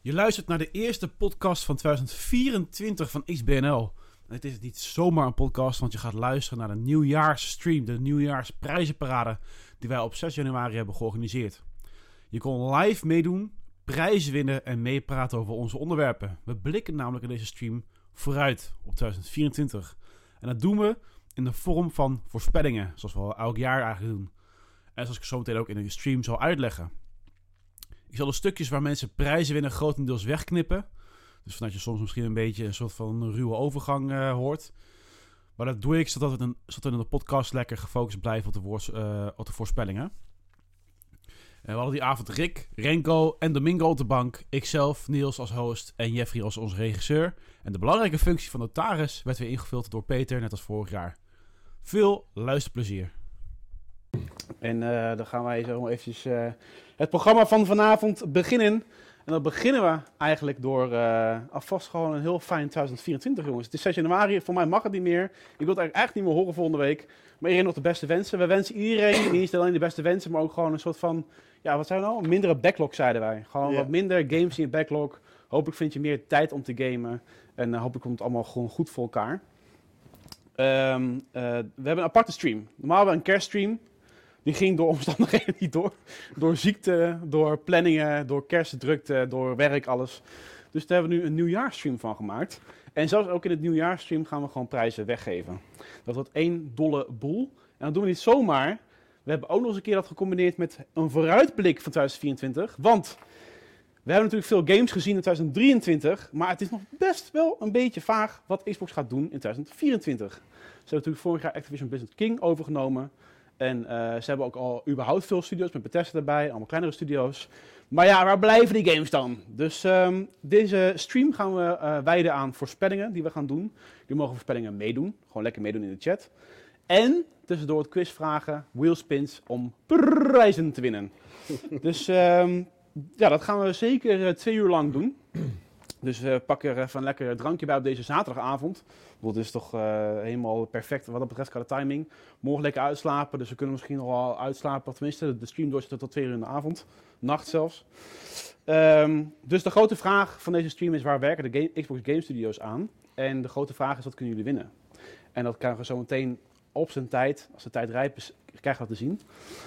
Je luistert naar de eerste podcast van 2024 van XBNL. En het is niet zomaar een podcast, want je gaat luisteren naar de nieuwjaarsstream, de nieuwjaarsprijzenparade die wij op 6 januari hebben georganiseerd. Je kon live meedoen, prijzen winnen en meepraten over onze onderwerpen. We blikken namelijk in deze stream vooruit op 2024. En dat doen we in de vorm van voorspellingen, zoals we al elk jaar eigenlijk doen. En zoals ik zo meteen ook in de stream zal uitleggen. Ik zal de stukjes waar mensen prijzen winnen grotendeels wegknippen. Dus vanuit je soms misschien een beetje een soort van ruwe overgang hoort. Maar dat doe ik zodat we in de podcast lekker gefocust blijven op de voorspellingen. We hadden die avond Rick, Renko en Domingo op de bank. Ikzelf, Niels als host en Jeffrey als onze regisseur. En de belangrijke functie van notaris werd weer ingevuld door Peter, net als vorig jaar. Veel luisterplezier. En dan gaan wij zo eventjes het programma van vanavond beginnen. En dan beginnen we eigenlijk door alvast gewoon een heel fijn 2024, jongens. Het is 6 januari, voor mij mag het niet meer. Ik wil het eigenlijk niet meer horen volgende week. Maar iedereen nog de beste wensen. We wensen iedereen, niet alleen de beste wensen, maar ook gewoon een soort van, ja, wat zijn we nou? Een mindere backlog, zeiden wij. Gewoon wat minder games in je backlog. Hopelijk vind je meer tijd om te gamen. En hopelijk komt het allemaal gewoon goed voor elkaar. We hebben een aparte stream. Normaal hebben we een kerststream. Die ging door omstandigheden niet door. Door ziekte, door planningen, door kerstdrukte, door werk, alles. Dus daar hebben we nu een nieuwjaarsstream van gemaakt. En zelfs ook in het nieuwjaarsstream gaan we gewoon prijzen weggeven. Dat wordt één dolle boel. En dat doen we niet zomaar. We hebben ook nog eens een keer dat gecombineerd met een vooruitblik van 2024. Want we hebben natuurlijk veel games gezien in 2023. Maar het is nog best wel een beetje vaag wat Xbox gaat doen in 2024. Ze hebben natuurlijk vorig jaar Activision Blizzard King overgenomen. En ze hebben ook al überhaupt veel studio's met Bethesda erbij, allemaal kleinere studio's. Maar ja, waar blijven die games dan? Dus deze stream gaan we wijden aan voorspellingen die we gaan doen. Jullie mogen voorspellingen meedoen, gewoon lekker meedoen in de chat. En tussendoor het quizvragen, wheelspins om prijzen te winnen. Dus ja, dat gaan we zeker 2 uur lang doen. Dus pak er even een lekker drankje bij op deze zaterdagavond. Het is toch helemaal perfect wat dat betreft qua de timing. Morgen lekker uitslapen, dus we kunnen misschien nog wel uitslapen. Tenminste, de stream doorzetten tot 2 uur in de avond. Nacht zelfs. Dus de grote vraag van deze stream is: waar werken de Xbox Game Studios aan? En de grote vraag is: wat kunnen jullie winnen? En dat krijgen we zo meteen op zijn tijd. Als de tijd rijp is, krijgen we dat te zien.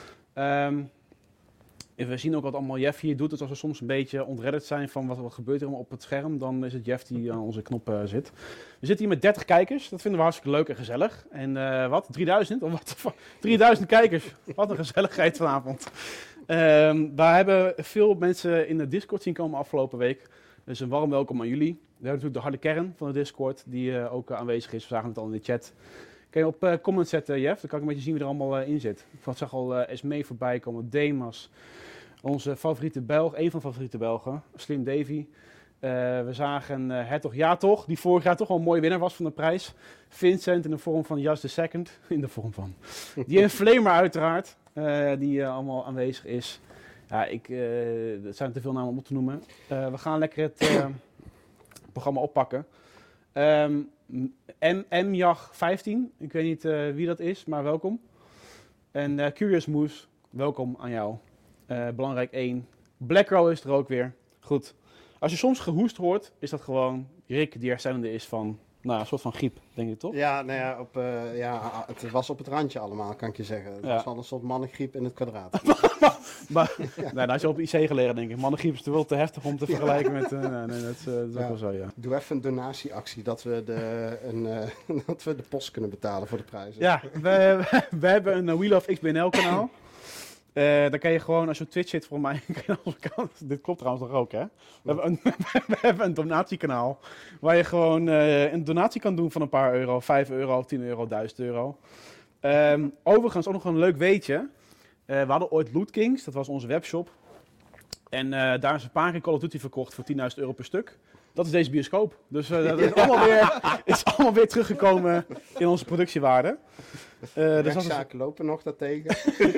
We zien ook wat allemaal Jeff hier doet. Dus als we soms een beetje ontredderd zijn van wat gebeurt er allemaal op het scherm, dan is het Jeff die aan onze knop zit. We zitten hier met 30 kijkers. Dat vinden we hartstikke leuk en gezellig. En wat? 3000? Of wat? 3000 kijkers. Wat een gezelligheid vanavond. We hebben veel mensen in de Discord zien komen afgelopen week. Dus een warm welkom aan jullie. We hebben natuurlijk de harde kern van de Discord die ook aanwezig is. We zagen het al in de chat. Kun je op comment zetten, Jeff? Dan kan ik een beetje zien wie er allemaal in zit. Ik zag al Esmee voorbij komen, Demas, onze favoriete Belg, een van de favoriete Belgen, Slim Davy. We zagen Hertog Ja Toch, die vorig jaar toch wel een mooie winnaar was van de prijs. Vincent in de vorm van Just the Second, in de vorm van. Die en Flamer uiteraard, die allemaal aanwezig is. Ja, het zijn te veel namen om op te noemen. We gaan lekker het programma oppakken. MJag 15, ik weet niet wie dat is, maar welkom. En Curious Moose, welkom aan jou. Belangrijk 1. Black Crow is er ook weer. Goed. Als je soms gehoest hoort, is dat gewoon Rick die herstellende is van een soort van griep, denk ik toch? Ja, nou ja, het was op het randje allemaal, kan ik je zeggen. Het was wel een soort mannengriep in het kwadraat. Maar dan had je op IC gelegen, denk ik. Mannengriep is wel te heftig om te vergelijken met... nee, dat is ook wel zo, ja. Doe even een donatieactie, dat we de post kunnen betalen voor de prijzen. Ja, we hebben een Wheel of XBNL kanaal. Dan kan je gewoon, als je op Twitch zit, voor mij, dit klopt trouwens nog ook, hè? We hebben een donatiekanaal waar je gewoon een donatie kan doen van een paar euro, 5 euro, 10 euro, 1000 euro. Overigens ook nog een leuk weetje. We hadden ooit Loot Kings, dat was onze webshop. En daar is een paar keer Call of Duty verkocht voor 10.000 euro per stuk. Dat is deze bioscoop. Dus dat is allemaal weer teruggekomen in onze productiewaarde. Rechtszaken lopen nog daartegen.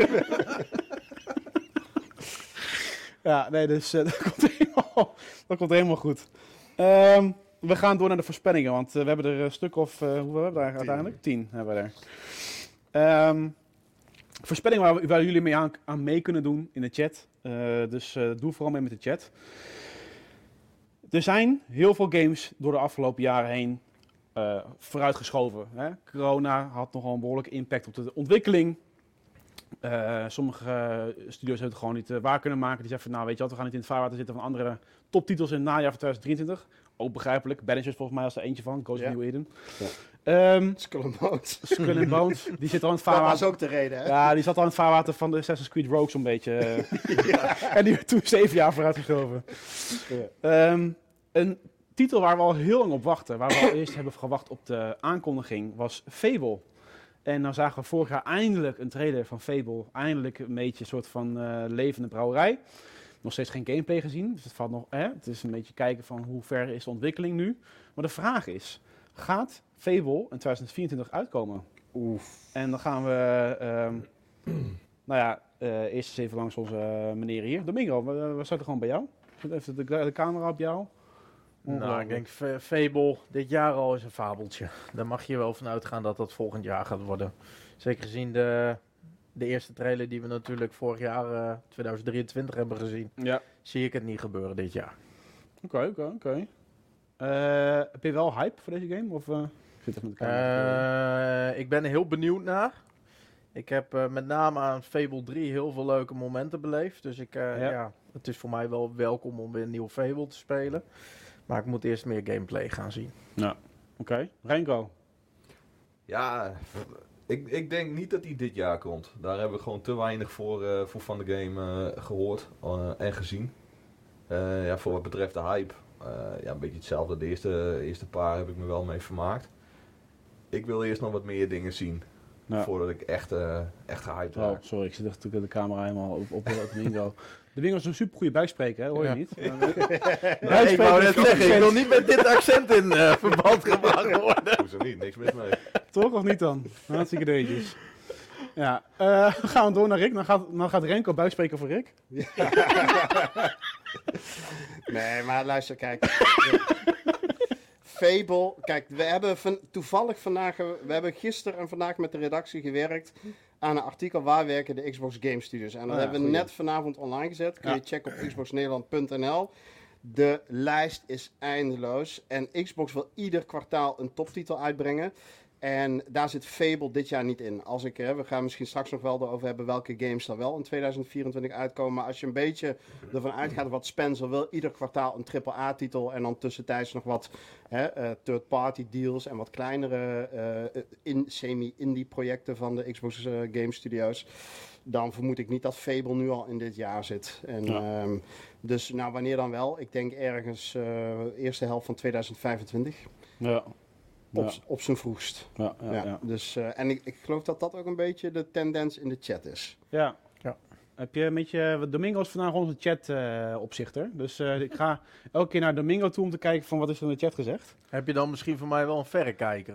Ja, nee, dus dat komt helemaal goed. We gaan door naar de voorspellingen, want we hebben er een stuk of... hoeveel hebben we er uiteindelijk? 10 hebben we er. Voorspellingen waar jullie mee aan mee kunnen doen in de chat. Dus doe vooral mee met de chat. Er zijn heel veel games door de afgelopen jaren heen vooruitgeschoven. Hè? Corona had nogal een behoorlijke impact op de ontwikkeling. Sommige studios hebben het gewoon niet waar kunnen maken. Die zeggen van, nou weet je wat, we gaan niet in het vaarwater zitten van andere toptitels in het najaar van 2023. Ook begrijpelijk. Banishers volgens mij als er eentje van. Ghost of New Eden. Ja. Skull and Bones. Skull and Bones. Die zit al in het vaarwater. Dat was ook de reden, hè? Ja, die zat al in het vaarwater van de Assassin's Creed Rogue zo'n beetje. En die werd toen 7 jaar vooruitgeschoven. Een titel waar we al heel lang op wachten, waar we al eerst hebben gewacht op de aankondiging, was Fable. En dan zagen we vorig jaar eindelijk een trailer van Fable. Eindelijk een beetje een soort van levende brouwerij. Nog steeds geen gameplay gezien, dus het valt nog. Het is een beetje kijken van hoe ver is de ontwikkeling nu. Maar de vraag is, gaat Fable in 2024 uitkomen? Oef. En dan gaan we, eerst eens even langs onze meneer hier. Domingo, we starten gewoon bij jou. Zet even de camera op jou. Nou, ik denk Fable dit jaar al is een fabeltje. Daar mag je wel van uitgaan dat dat volgend jaar gaat worden. Zeker gezien de eerste trailer die we natuurlijk vorig jaar 2023 hebben gezien. Ja. Zie ik het niet gebeuren dit jaar. Oké. Heb je wel hype voor deze game? Of zit het met de camera? Ik ben er heel benieuwd naar. Ik heb met name aan Fable 3 heel veel leuke momenten beleefd. Dus het is voor mij wel welkom om weer een nieuw Fable te spelen. Maar ik moet eerst meer gameplay gaan zien. Ja, oké. Renko? Ja, ik denk niet dat die dit jaar komt. Daar hebben we gewoon te weinig voor van de game gehoord en gezien. Voor wat betreft de hype. Een beetje hetzelfde. De eerste paar heb ik me wel mee vermaakt. Ik wil eerst nog wat meer dingen zien. Ja. Voordat ik echt gehyped raak. Sorry, ik zit natuurlijk de camera helemaal op Domingo. Domingo is een supergoeie buikspreker, hè? Hoor je niet? Ik wou net zeggen, ik wil niet met dit accent in verband gebracht worden. Hoezo niet? Niks mis mee. Toch of niet dan? Hartstikke deetjes. Ja, gaan we door naar Rick. Dan gaat Renko buikspreken voor Rick. Ja. Nee, maar luister, kijk. Fable, kijk, we hebben we hebben gisteren en vandaag met de redactie gewerkt aan een artikel waar werken de Xbox Game Studios. En dat hebben we net vanavond online gezet. Kun je checken op xboxnederland.nl. De lijst is eindeloos. En Xbox wil ieder kwartaal een toptitel uitbrengen. En daar zit Fable dit jaar niet in. We gaan misschien straks nog wel erover hebben welke games er wel in 2024 uitkomen. Maar als je een beetje ervan uitgaat wat Spencer wil, ieder kwartaal een AAA-titel en dan tussentijds nog wat third-party deals en wat kleinere semi-indie projecten van de Xbox Game Studios. Dan vermoed ik niet dat Fable nu al in dit jaar zit. En, dus wanneer dan wel? Ik denk ergens eerste helft van 2025. Ja. Op zijn vroegst. Ja. Dus, en ik geloof dat dat ook een beetje de tendens in de chat is. Ja. Heb je een beetje... Domingo is vandaag onze chat-opzichter. Dus ik ga elke keer naar Domingo toe om te kijken van wat is er in de chat gezegd. Heb je dan misschien voor mij wel een verrekijker?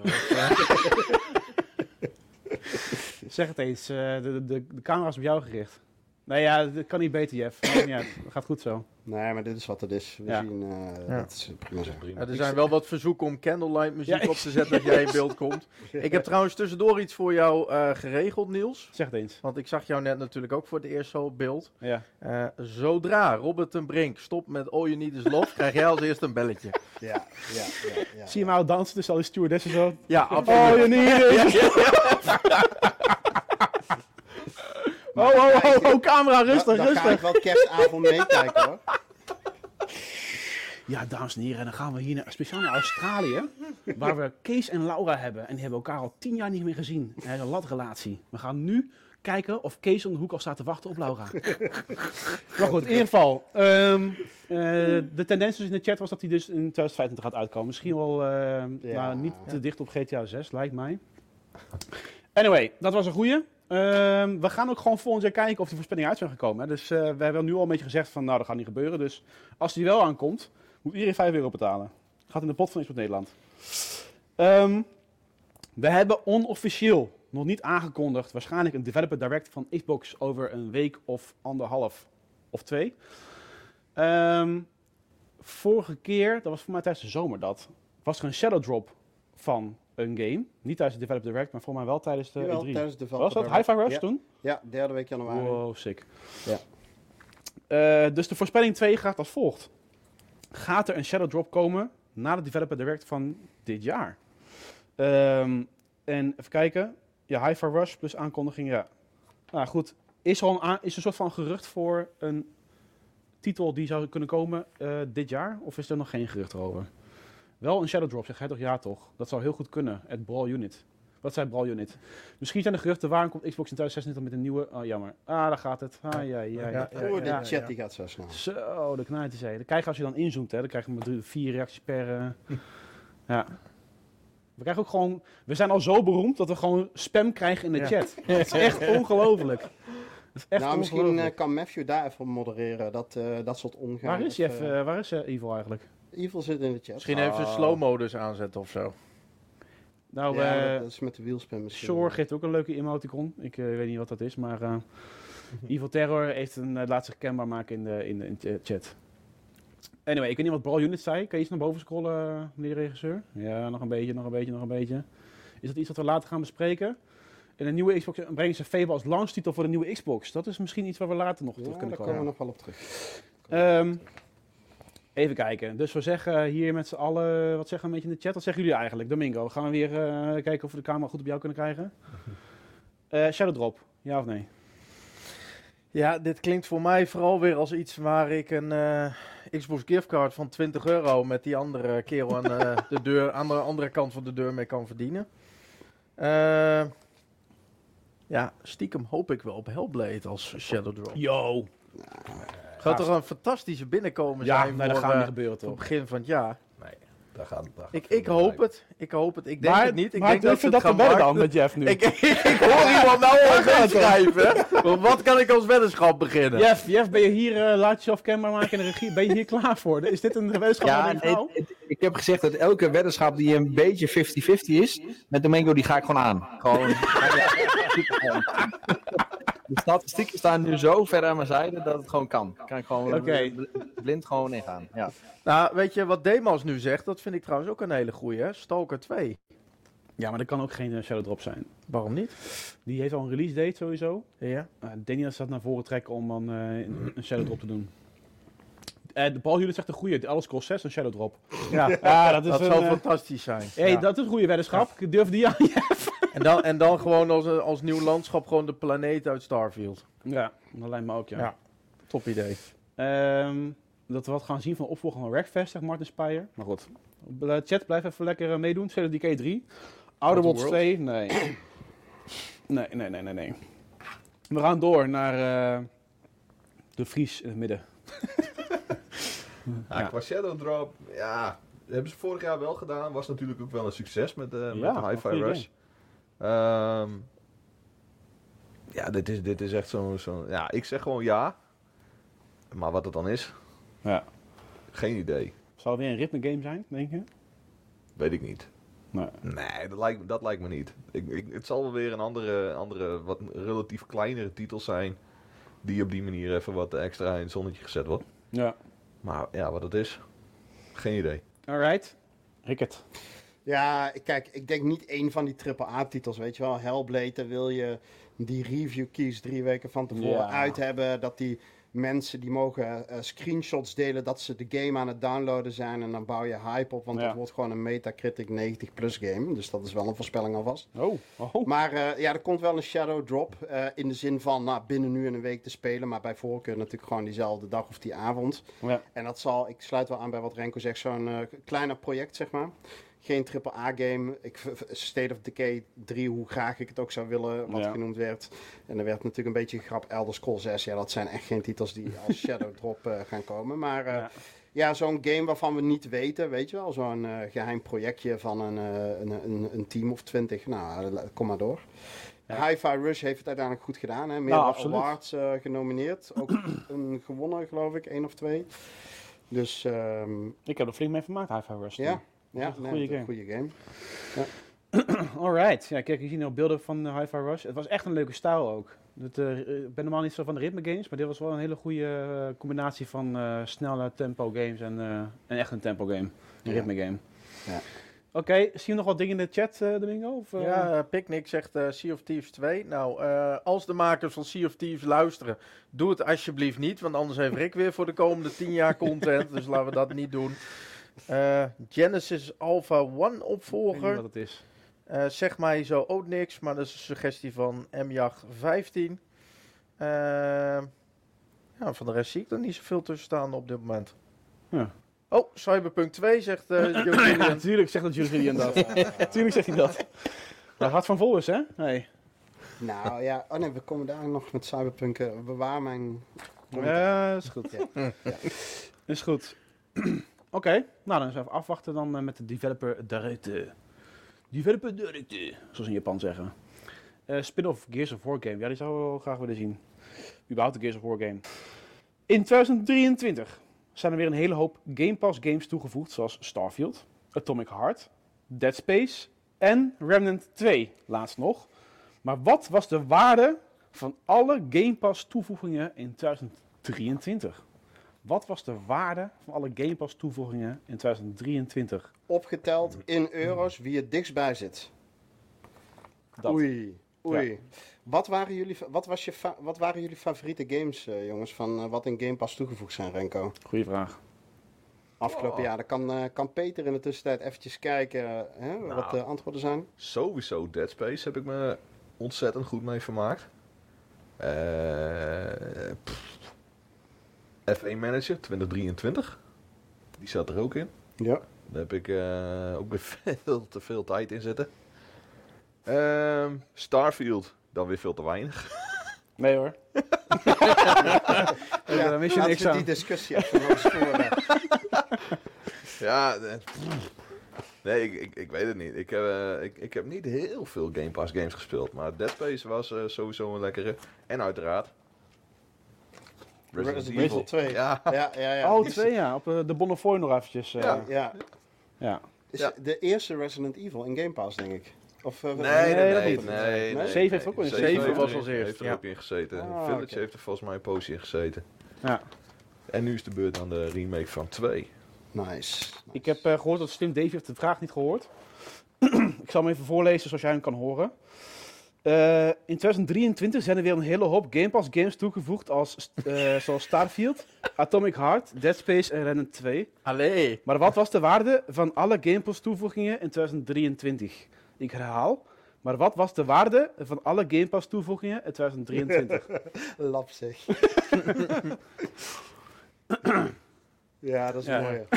Zeg het eens. De camera is op jou gericht. Nee, ja, dat kan niet beter, Jeff. Maakt niet uit. Dat gaat goed zo. Nee, maar dit is wat het is. We zien, dat is prima. Er zijn wel wat verzoeken om candlelight muziek op te zetten dat jij in beeld komt. Ik heb trouwens tussendoor iets voor jou geregeld, Niels. Zeg het eens. Want ik zag jou net natuurlijk ook voor het eerst zo op beeld. Ja. Zodra Robert ten Brink stopt met All You Need Is Love, krijg jij als eerste een belletje. Ja. Zie je maar dansen tussen al die stewardessen zo? Ja, absoluut. All You Need Is Oh, camera, rustig. Dan ga ik wel kerstavond meekijken, hoor. Ja, dames en heren, dan gaan we hier speciaal naar Australië, waar we Kees en Laura hebben. En die hebben elkaar al 10 jaar niet meer gezien. Hij heeft een latrelatie. We gaan nu kijken of Kees om de hoek al staat te wachten op Laura. Maar goed, in ieder geval. De tendens dus in de chat was dat hij dus in 2025 gaat uitkomen. Misschien wel niet te dicht op GTA 6, lijkt mij. Anyway, dat was een goeie. We gaan ook gewoon volgend jaar kijken of die voorspellingen uit zijn gekomen. Hè. Dus we hebben nu al een beetje gezegd van, nou, dat gaat niet gebeuren. Dus als die wel aankomt, moet iedereen €5 betalen. Gaat in de pot van Xbox Nederland. We hebben onofficieel, nog niet aangekondigd, waarschijnlijk een Developer Direct van Xbox over een week of 1,5 of 2. Vorige keer, dat was voor mij tijdens de zomer was er een shadow drop van een game. Niet tijdens de Developer Direct, maar voor mij wel tijdens de E3. Tijdens de was dat Hi-Fi Rush toen? Ja, 3e week januari. Wow, sick. Ja. Dus de voorspelling 2 gaat als volgt. gaat er een Shadow Drop komen na de Developer Direct van dit jaar? En even kijken. Ja, Hi-Fi Rush plus aankondiging, ja. Nou goed, is er een soort van gerucht voor een titel die zou kunnen komen dit jaar? Of is er nog geen gerucht over? Wel een Shadow Drop, zeg jij toch? Ja toch? Dat zou heel goed kunnen, het Brawl Unit. Wat zei Brawl Unit? Misschien zijn de geruchten waar komt Xbox in 2026 met een nieuwe... Oh, jammer. Ah, daar gaat het. De chat die gaat zo snel. Zo, de knijt is. Dan krijg je als je dan inzoomt, hè, dan krijg je maar 4 reacties per... Ja. We krijgen ook gewoon... We zijn al zo beroemd dat we gewoon spam krijgen in de chat. Het is echt ongelooflijk. Misschien kan Matthew daar even modereren, dat soort omgaan. Waar is Evil eigenlijk? Evil zit in de chat. Misschien even de slow-modus aanzetten of zo. Nou, dat is met de wielspam misschien. Shore geeft ook een leuke emoticon. Ik weet niet wat dat is, maar Evil Terror heeft laat zich kenbaar maken in de chat. Anyway, ik weet niet wat Brawl Unit zei. Kan je iets naar boven scrollen, meneer de regisseur? Ja, nog een beetje. Is dat iets wat we later gaan bespreken? In een nieuwe Xbox brengen ze Fable als launchtitel voor de nieuwe Xbox. Dat is misschien iets waar we later nog terug kunnen komen. Daar komen we nog wel op terug. Even kijken. Dus we zeggen hier met z'n allen... Wat zeggen we een beetje in de chat? Wat zeggen jullie eigenlijk? Domingo, gaan we weer kijken of we de camera goed op jou kunnen krijgen? Shadow Drop, ja of nee? Ja, dit klinkt voor mij vooral weer als iets waar ik een Xbox giftcard van €20 met die andere kerel aan de deur, aan de andere kant van de deur mee kan verdienen. Ja, stiekem hoop ik wel op Hellblade als Shadow Drop. Yo! Gaat toch een fantastische binnenkomen zijn nee, dat gaat niet gebeuren toch? voor het begin van het jaar. Nee, daar gaat Ik hoop het. Ik denk het niet. Ik denk dat het gaan wedden dan met Jeff nu. Ik hoor iemand nou al schrijven. Wat kan ik als weddenschap beginnen? Jeff, ben je hier, laat jezelf kenbaar maken in de regie. Ben je hier klaar voor? Is dit een weddenschap? Ja, ik heb gezegd dat elke weddenschap die een beetje 50-50 is, met Domingo, die ga ik gewoon aan. Gewoon. De statistieken staan nu zo ver aan mijn zijde dat het gewoon kan. Kan ik gewoon blind gewoon ingaan. Ja. Nou, weet je wat Demas nu zegt? Dat vind ik trouwens ook een hele goeie, hè? Stalker 2. Ja, maar dat kan ook geen Shadow Drop zijn. Waarom niet? Die heeft al een release date sowieso. Ja. Ik denk niet dat ze dat naar voren trekken om dan een Shadow Drop te doen. De Paul Jullie zegt een goeie. Alles kost 6 een Shadow Drop. Ja, dat zou fantastisch zijn. Hey, dat is een goede weddenschap. Ik durf die aan Jeff. En dan gewoon als nieuw landschap gewoon de planeet uit Starfield. Ja, dat lijkt me ook, ja. Top idee. Dat we wat gaan zien van de opvolger van Wreckfest, zegt Martin Speijer. Maar goed. Chat, blijf even lekker meedoen. Shadow Decay 3. Outer Worlds 2, nee. Nee. We gaan door naar de Vries in het midden. Qua Shadow Drop, ja, dat hebben ze vorig jaar wel gedaan. Was natuurlijk ook wel een succes met de Hi-Fi Rush. Ja, dit is echt zo'n... Ja, ik zeg gewoon ja. Maar wat het dan is? Ja. Geen idee. Zal het weer een ritme game zijn, denk je? Weet ik niet. Nee, dat lijkt me niet. Het zal wel weer een andere, wat relatief kleinere titel zijn. Die op die manier even wat extra in het zonnetje gezet wordt. Ja. Maar ja, wat het is, geen idee. Alright. Rickert. Ja, kijk, ik denk niet één van die AAA-titels, weet je wel. Hellblade, daar wil je die review keys 3 weken van tevoren uit hebben. Dat die mensen die mogen screenshots delen dat ze de game aan het downloaden zijn. En dan bouw je hype op, want het wordt gewoon een Metacritic 90 plus game. Dus dat is wel een voorspelling alvast. Maar er komt wel een Shadow Drop in de zin van binnen nu en een week te spelen. Maar bij voorkeur natuurlijk gewoon diezelfde dag of die avond. Ja. En dat zal, ik sluit wel aan bij wat Renko zegt, zo'n kleiner project zeg maar. Geen AAA-game. State of Decay 3, hoe graag ik het ook zou willen, wat genoemd werd. En er werd natuurlijk een beetje grap Elder Scrolls 6. Ja, dat zijn echt geen titels die als Shadow Drop gaan komen. Maar zo'n game waarvan we niet weten, weet je wel. Zo'n geheim projectje van een team of 20. Nou, kom maar door. Ja. Hi-Fi Rush heeft het uiteindelijk goed gedaan. Hè? Meerdere awards genomineerd. Ook een gewonnen, geloof ik. 1 of 2. Dus... ik heb er flink mee vermaakt, Hi-Fi Rush. Ja, een goede game. Ja. Alright. Ja, kijk, je ziet nog beelden van Hi-Fi Rush. Het was echt een leuke stijl ook. Ik ben normaal niet zo van de ritme games, maar dit was wel een hele goede combinatie van snelle tempo games en echt een tempo game. Een ritme game. Ja. Oké, zien we nog wat dingen in de chat, Domingo? Of, Ja, Picnic zegt Sea of Thieves 2. Nou, als de makers van Sea of Thieves luisteren, doe het alsjeblieft niet. Want anders heeft Rick weer voor de komende 10 jaar content. Dus laten we dat niet doen. Genesis Alpha 1 Ik weet niet opvolger. wat het is. Zeg mij zo ook niks, maar dat is een suggestie van MJag 15. Ja, van de rest zie ik er niet zoveel tussen staan op dit moment. Ja. Oh, Cyberpunk 2 zegt Julian. Ja, natuurlijk zegt dat Julian dat. Natuurlijk zegt hij dat. Maar gaat van vol is, hè? Nee. Nou ja, oh nee, we komen daar nog met Cyberpunk. Bewaar mijn... Ja, is goed. Ja. Is goed. Oké, nou dan eens even afwachten dan met de developer directe. Developer directe, zoals in Japan zeggen. Spin-off Gears of War game. Ja, die zouden we wel graag willen zien. Überhaupt de Gears of War game. In 2023 zijn er weer een hele hoop Game Pass games toegevoegd, zoals Starfield, Atomic Heart, Dead Space en Remnant 2, laatst nog. Maar wat was de waarde van alle Game Pass toevoegingen in 2023? Wat was de waarde van alle Game Pass toevoegingen in 2023? Opgeteld in euro's wie het dichtstbij zit. Dat. Oei. Ja. Wat waren jullie favoriete games, jongens, van wat in Game Pass toegevoegd zijn, Renko? Goeie vraag. Afgelopen jaar. Dan kan Peter in de tussentijd eventjes kijken wat de antwoorden zijn. Sowieso Dead Space heb ik me ontzettend goed mee vermaakt. F1 Manager 2023. Die zat er ook in. Ja. Daar heb ik ook weer veel te veel tijd in zitten. Starfield, dan weer veel te weinig. Nee hoor. Ja, dan mis je laten niks we aan. die discussie even nog eens voeren. Ja, nee, ik weet het niet. Ik heb niet heel veel Game Pass games gespeeld, maar Dead Space was sowieso een lekkere. En uiteraard Resident Evil 2. Ja. Ja. Oh, Die 2 ja. Op de Bonnefoy nog eventjes. Ja. Is de eerste Resident Evil in Game Pass, denk ik. Of, dat Nee. niet. 7 heeft ook wel in. 7 was als eerst, Heeft er ja. ook in gezeten. Ah, Village oké. heeft er volgens mij een poosje in gezeten. Ja. En nu is de beurt aan de remake van 2. Nice. Ik heb gehoord dat Slim Davy heeft de vraag niet gehoord. Ik zal hem even voorlezen zoals jij hem kan horen. In 2023 zijn er weer een hele hoop Game Pass games toegevoegd zoals Starfield, Atomic Heart, Dead Space en Remnant 2. Allee. Maar wat was de waarde van alle Game Pass toevoegingen in 2023? Ik herhaal. Maar wat was de waarde van alle Game Pass toevoegingen in 2023? Lap zeg. Ja, dat is Ja. mooi.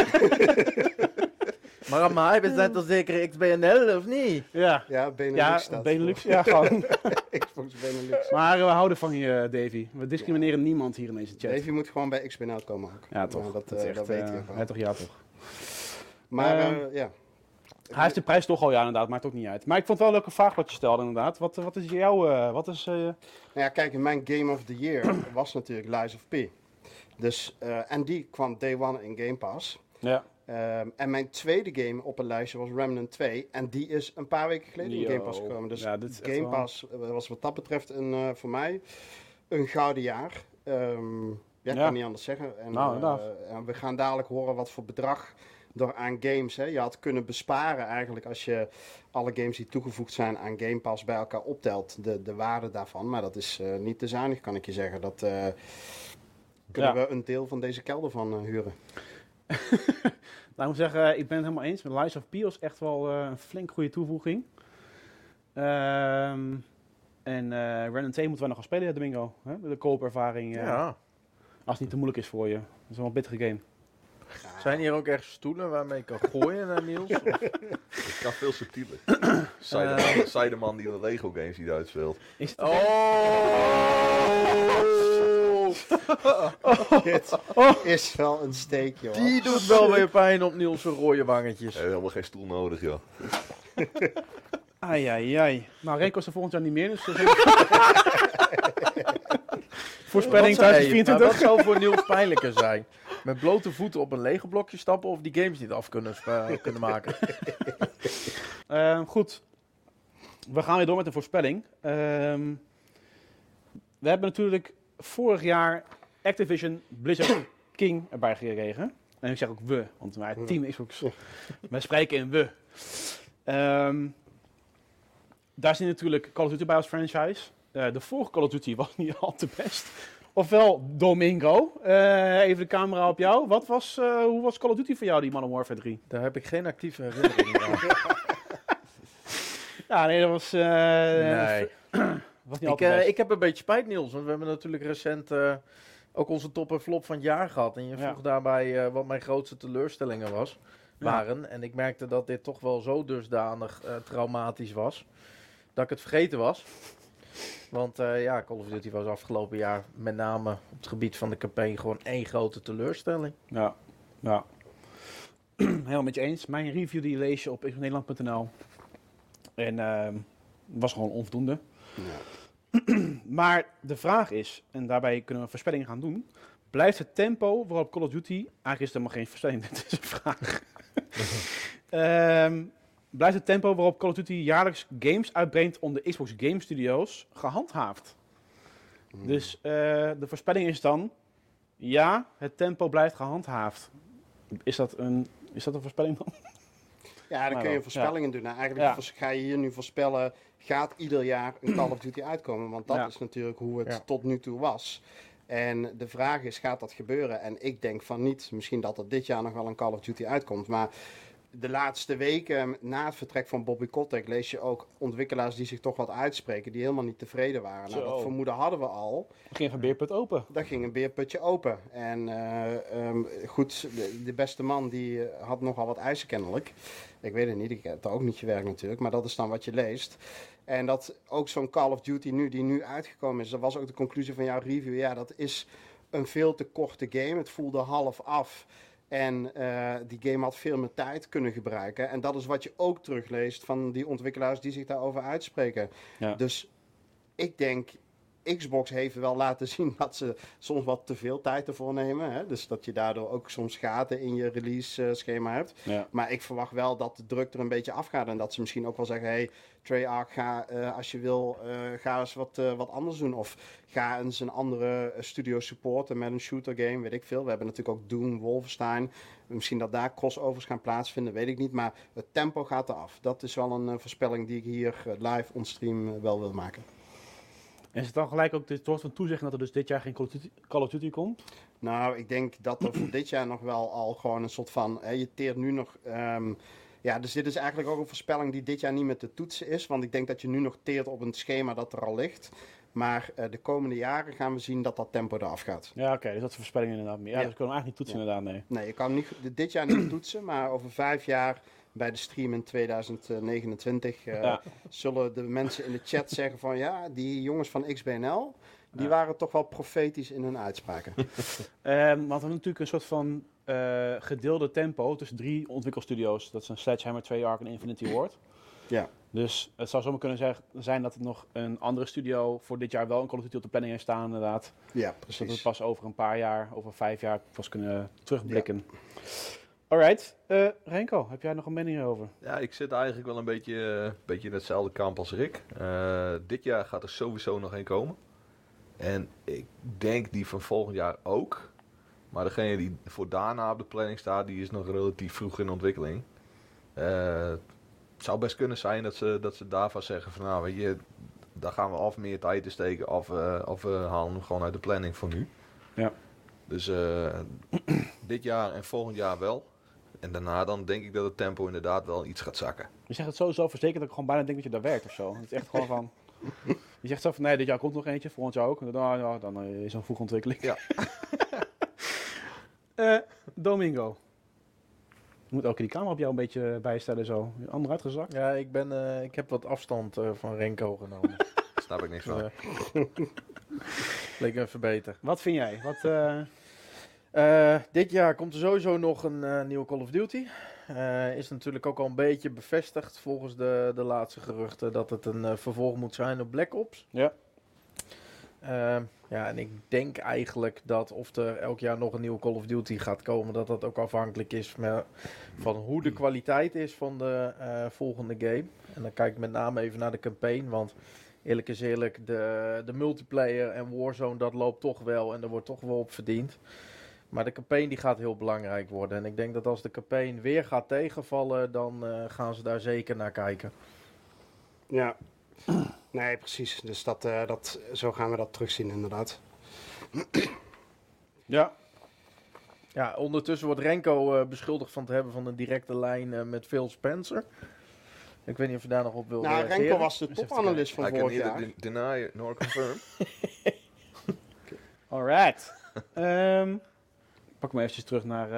Maar mij bent toch zeker XBNL of niet? Ja, Ja, Benelux ja staat Benelux. voor. Ja, gewoon. Xbox Benelux. Maar we houden van je, Davy. We discrimineren niemand hier in deze chat. Davy moet gewoon bij XBNL komen ook. Ja, toch. Ja, dat is echt, dat weet je ja, toch, ja, toch. Maar Hij heeft de prijs toch al, ja, inderdaad. Maakt ook niet uit. Maar ik vond het wel een leuke vraag wat je stelde, inderdaad. Wat is jouw... Nou ja, kijk, mijn Game of the Year was natuurlijk Lies of P. Dus, en die kwam day one in Game Pass. Ja. En mijn tweede game op een lijstje was Remnant 2. En die is een paar weken geleden in Game Pass gekomen. Dus Ja, dit is echt Game wel- Pass was wat dat betreft voor mij een gouden jaar. Ik kan niet anders zeggen. En, Nou, inderdaad. en we gaan dadelijk horen wat voor bedrag er aan games. Hè. Je had kunnen besparen eigenlijk als je alle games die toegevoegd zijn aan Game Pass bij elkaar optelt. De waarde daarvan. Maar dat is niet te zuinig, kan ik je zeggen. Dat kunnen we een deel van deze kelder van huren. Nou, ik moet zeggen, ik ben het helemaal eens. Met Lies of P was echt wel een flink goede toevoeging. En Remnant 2 moeten we nog gaan spelen, ja, Domingo. Hè? De co-op-ervaring. Ja. Als het niet te moeilijk is voor je. Dat is wel een bittere game. Zijn hier ook echt stoelen waarmee ik kan gooien naar Niels? Of- Het kan veel subtieler. Zij de man die de Lego games die uitspeelt. Is het Dit is wel een steek, joh. Die doet wel weer pijn op Niels' rode wangetjes. Hij heeft helemaal geen stoel nodig, joh. Ai. Nou, Renko is er volgend jaar niet meer, dus... Voorspelling Wat zei je? Maar 2024. wat zou voor Niels pijnlijker zijn? Met blote voeten op een Lego blokje stappen of die games niet af kunnen maken? Goed. We gaan weer door met de voorspelling. We hebben natuurlijk vorig jaar Activision Blizzard King erbij gekregen. En ik zeg ook we, want wij team Xbox. Wij spreken in we. Daar zit natuurlijk Call of Duty bij als franchise. De vorige Call of Duty was niet al te best. Ofwel, Domingo, even de camera op jou. Hoe was Call of Duty voor jou, die Modern Warfare 3? Daar heb ik geen actieve herinnering aan. Ja, nee, dat was... nee. Was niet al te best. Ik heb een beetje spijt, Niels. Want we hebben natuurlijk recent ook onze top en flop van het jaar gehad. En je vroeg daarbij wat mijn grootste teleurstellingen waren. En ik merkte dat dit toch wel zo dusdanig traumatisch was. Dat ik het vergeten was. Want Call of Duty was afgelopen jaar met name op het gebied van de campagne gewoon één grote teleurstelling. Ja. Helemaal met je eens. Mijn review die lees je op xboxnederland.nl. En was gewoon onvoldoende. Ja. Maar de vraag is, en daarbij kunnen we voorspellingen gaan doen. Blijft het tempo waarop Call of Duty... Eigenlijk is het helemaal geen voorspelling, dit is een vraag. Blijft het tempo waarop Call of Duty jaarlijks games uitbrengt onder de Xbox Game Studios gehandhaafd? Dus de voorspelling is dan... Ja, het tempo blijft gehandhaafd. Is dat een voorspelling dan? Ja, dan kun je voorspellingen doen. Nou, eigenlijk ga je hier nu voorspellen... Gaat ieder jaar een Call of Duty uitkomen? Want dat is natuurlijk hoe het tot nu toe was. En de vraag is, gaat dat gebeuren? En ik denk van niet. Misschien dat er dit jaar nog wel een Call of Duty uitkomt. Maar de laatste weken na het vertrek van Bobby Kotick lees je ook ontwikkelaars die zich toch wat uitspreken. Die helemaal niet tevreden waren. Nou, dat vermoeden hadden we al. Er ging een beerput open. Daar ging een beerputje open. En goed, de beste man die had nogal wat eisen kennelijk. Ik weet het niet, ik heb er ook niet gewerkt natuurlijk. Maar dat is dan wat je leest. En dat ook zo'n Call of Duty die nu uitgekomen is. Dat was ook de conclusie van jouw review. Ja, dat is een veel te korte game. Het voelde half af. En die game had veel meer tijd kunnen gebruiken. En dat is wat je ook terugleest van die ontwikkelaars die zich daarover uitspreken. Ja. Dus ik denk, Xbox heeft wel laten zien dat ze soms wat te veel tijd ervoor nemen. Hè? Dus dat je daardoor ook soms gaten in je release schema hebt. Ja. Maar ik verwacht wel dat de druk er een beetje afgaat. En dat ze misschien ook wel zeggen, hey, Treyarch, ga als je wil, ga eens wat anders doen. Of ga eens een andere studio supporten met een shooter game, weet ik veel. We hebben natuurlijk ook Doom, Wolfenstein. Misschien dat daar crossovers gaan plaatsvinden, weet ik niet. Maar het tempo gaat eraf. Dat is wel een voorspelling die ik hier live on stream wel wil maken. En is het dan gelijk ook dit soort van toezeggen dat er dus dit jaar geen Call of Duty komt? Nou, ik denk dat er voor dit jaar nog wel al gewoon een soort van... je teert nu nog... dus dit is eigenlijk ook een voorspelling die dit jaar niet met te toetsen is. Want ik denk dat je nu nog teert op een schema dat er al ligt. Maar de komende jaren gaan we zien dat dat tempo eraf gaat. Ja, oké, dus dat is een voorspelling inderdaad meer. Ja, dus kunnen we eigenlijk niet toetsen inderdaad, nee. Nee, je kan dit jaar niet toetsen, maar over 5 jaar... Bij de stream in 2029 zullen de mensen in de chat zeggen van... Ja, die jongens van XBNL, die waren toch wel profetisch in hun uitspraken. Want we hebben natuurlijk een soort van gedeelde tempo tussen 3 ontwikkelstudio's. Dat zijn Sledgehammer, Treyarch en Infinity Ward. Ja. Dus het zou zomaar kunnen zijn dat er nog een andere studio voor dit jaar wel een Call of Duty op de planning heeft staan inderdaad. Ja, precies. Dus dat we pas over een paar jaar, over 5 jaar pas kunnen terugblikken. Ja. Alright, Renko, heb jij nog een mening hierover? Ja, ik zit eigenlijk wel een beetje in hetzelfde kamp als Rick. Dit jaar gaat er sowieso nog één komen. En ik denk die van volgend jaar ook. Maar degene die voor daarna op de planning staat, die is nog relatief vroeg in ontwikkeling. Het zou best kunnen zijn dat ze daarvan zeggen van nou, weet je, daar gaan we af meer tijd in steken of we halen hem gewoon uit de planning voor nu. Ja. Dus dit jaar en volgend jaar wel. En daarna dan denk ik dat het tempo inderdaad wel iets gaat zakken. Je zegt het sowieso verzekerd dat ik gewoon bijna denk dat je daar werkt of zo. Het is echt gewoon van... Je zegt zo van, nee, dit jaar komt nog eentje, volgend jaar ook. Dan is een vroege ontwikkeling. Ja. Domingo. Je moet ook die camera op jou een beetje bijstellen zo. Ander uitgezakt. Ja, ik heb wat afstand van Renko genomen. Snap ik niks van. Leek even beter. Wat vind jij? Dit jaar komt er sowieso nog een nieuwe Call of Duty. Is natuurlijk ook al een beetje bevestigd volgens de laatste geruchten dat het een vervolg moet zijn op Black Ops. Ja. En ik denk eigenlijk dat of er elk jaar nog een nieuwe Call of Duty gaat komen, dat ook afhankelijk is van hoe de kwaliteit is van de volgende game. En dan kijk ik met name even naar de campaign, want eerlijk is eerlijk, de multiplayer en Warzone, dat loopt toch wel en er wordt toch wel op verdiend. Maar de campaign die gaat heel belangrijk worden. En ik denk dat als de campaign weer gaat tegenvallen, dan gaan ze daar zeker naar kijken. Ja, nee, precies. Dus zo gaan we dat terugzien inderdaad. Ja. Ja, ondertussen wordt Renko beschuldigd van te hebben van een directe lijn met Phil Spencer. Ik weet niet of je daar nog op wil reageren. Renko was de topanalist van vorig jaar. I can neither deny nor confirm. Alright. Pak me eventjes terug naar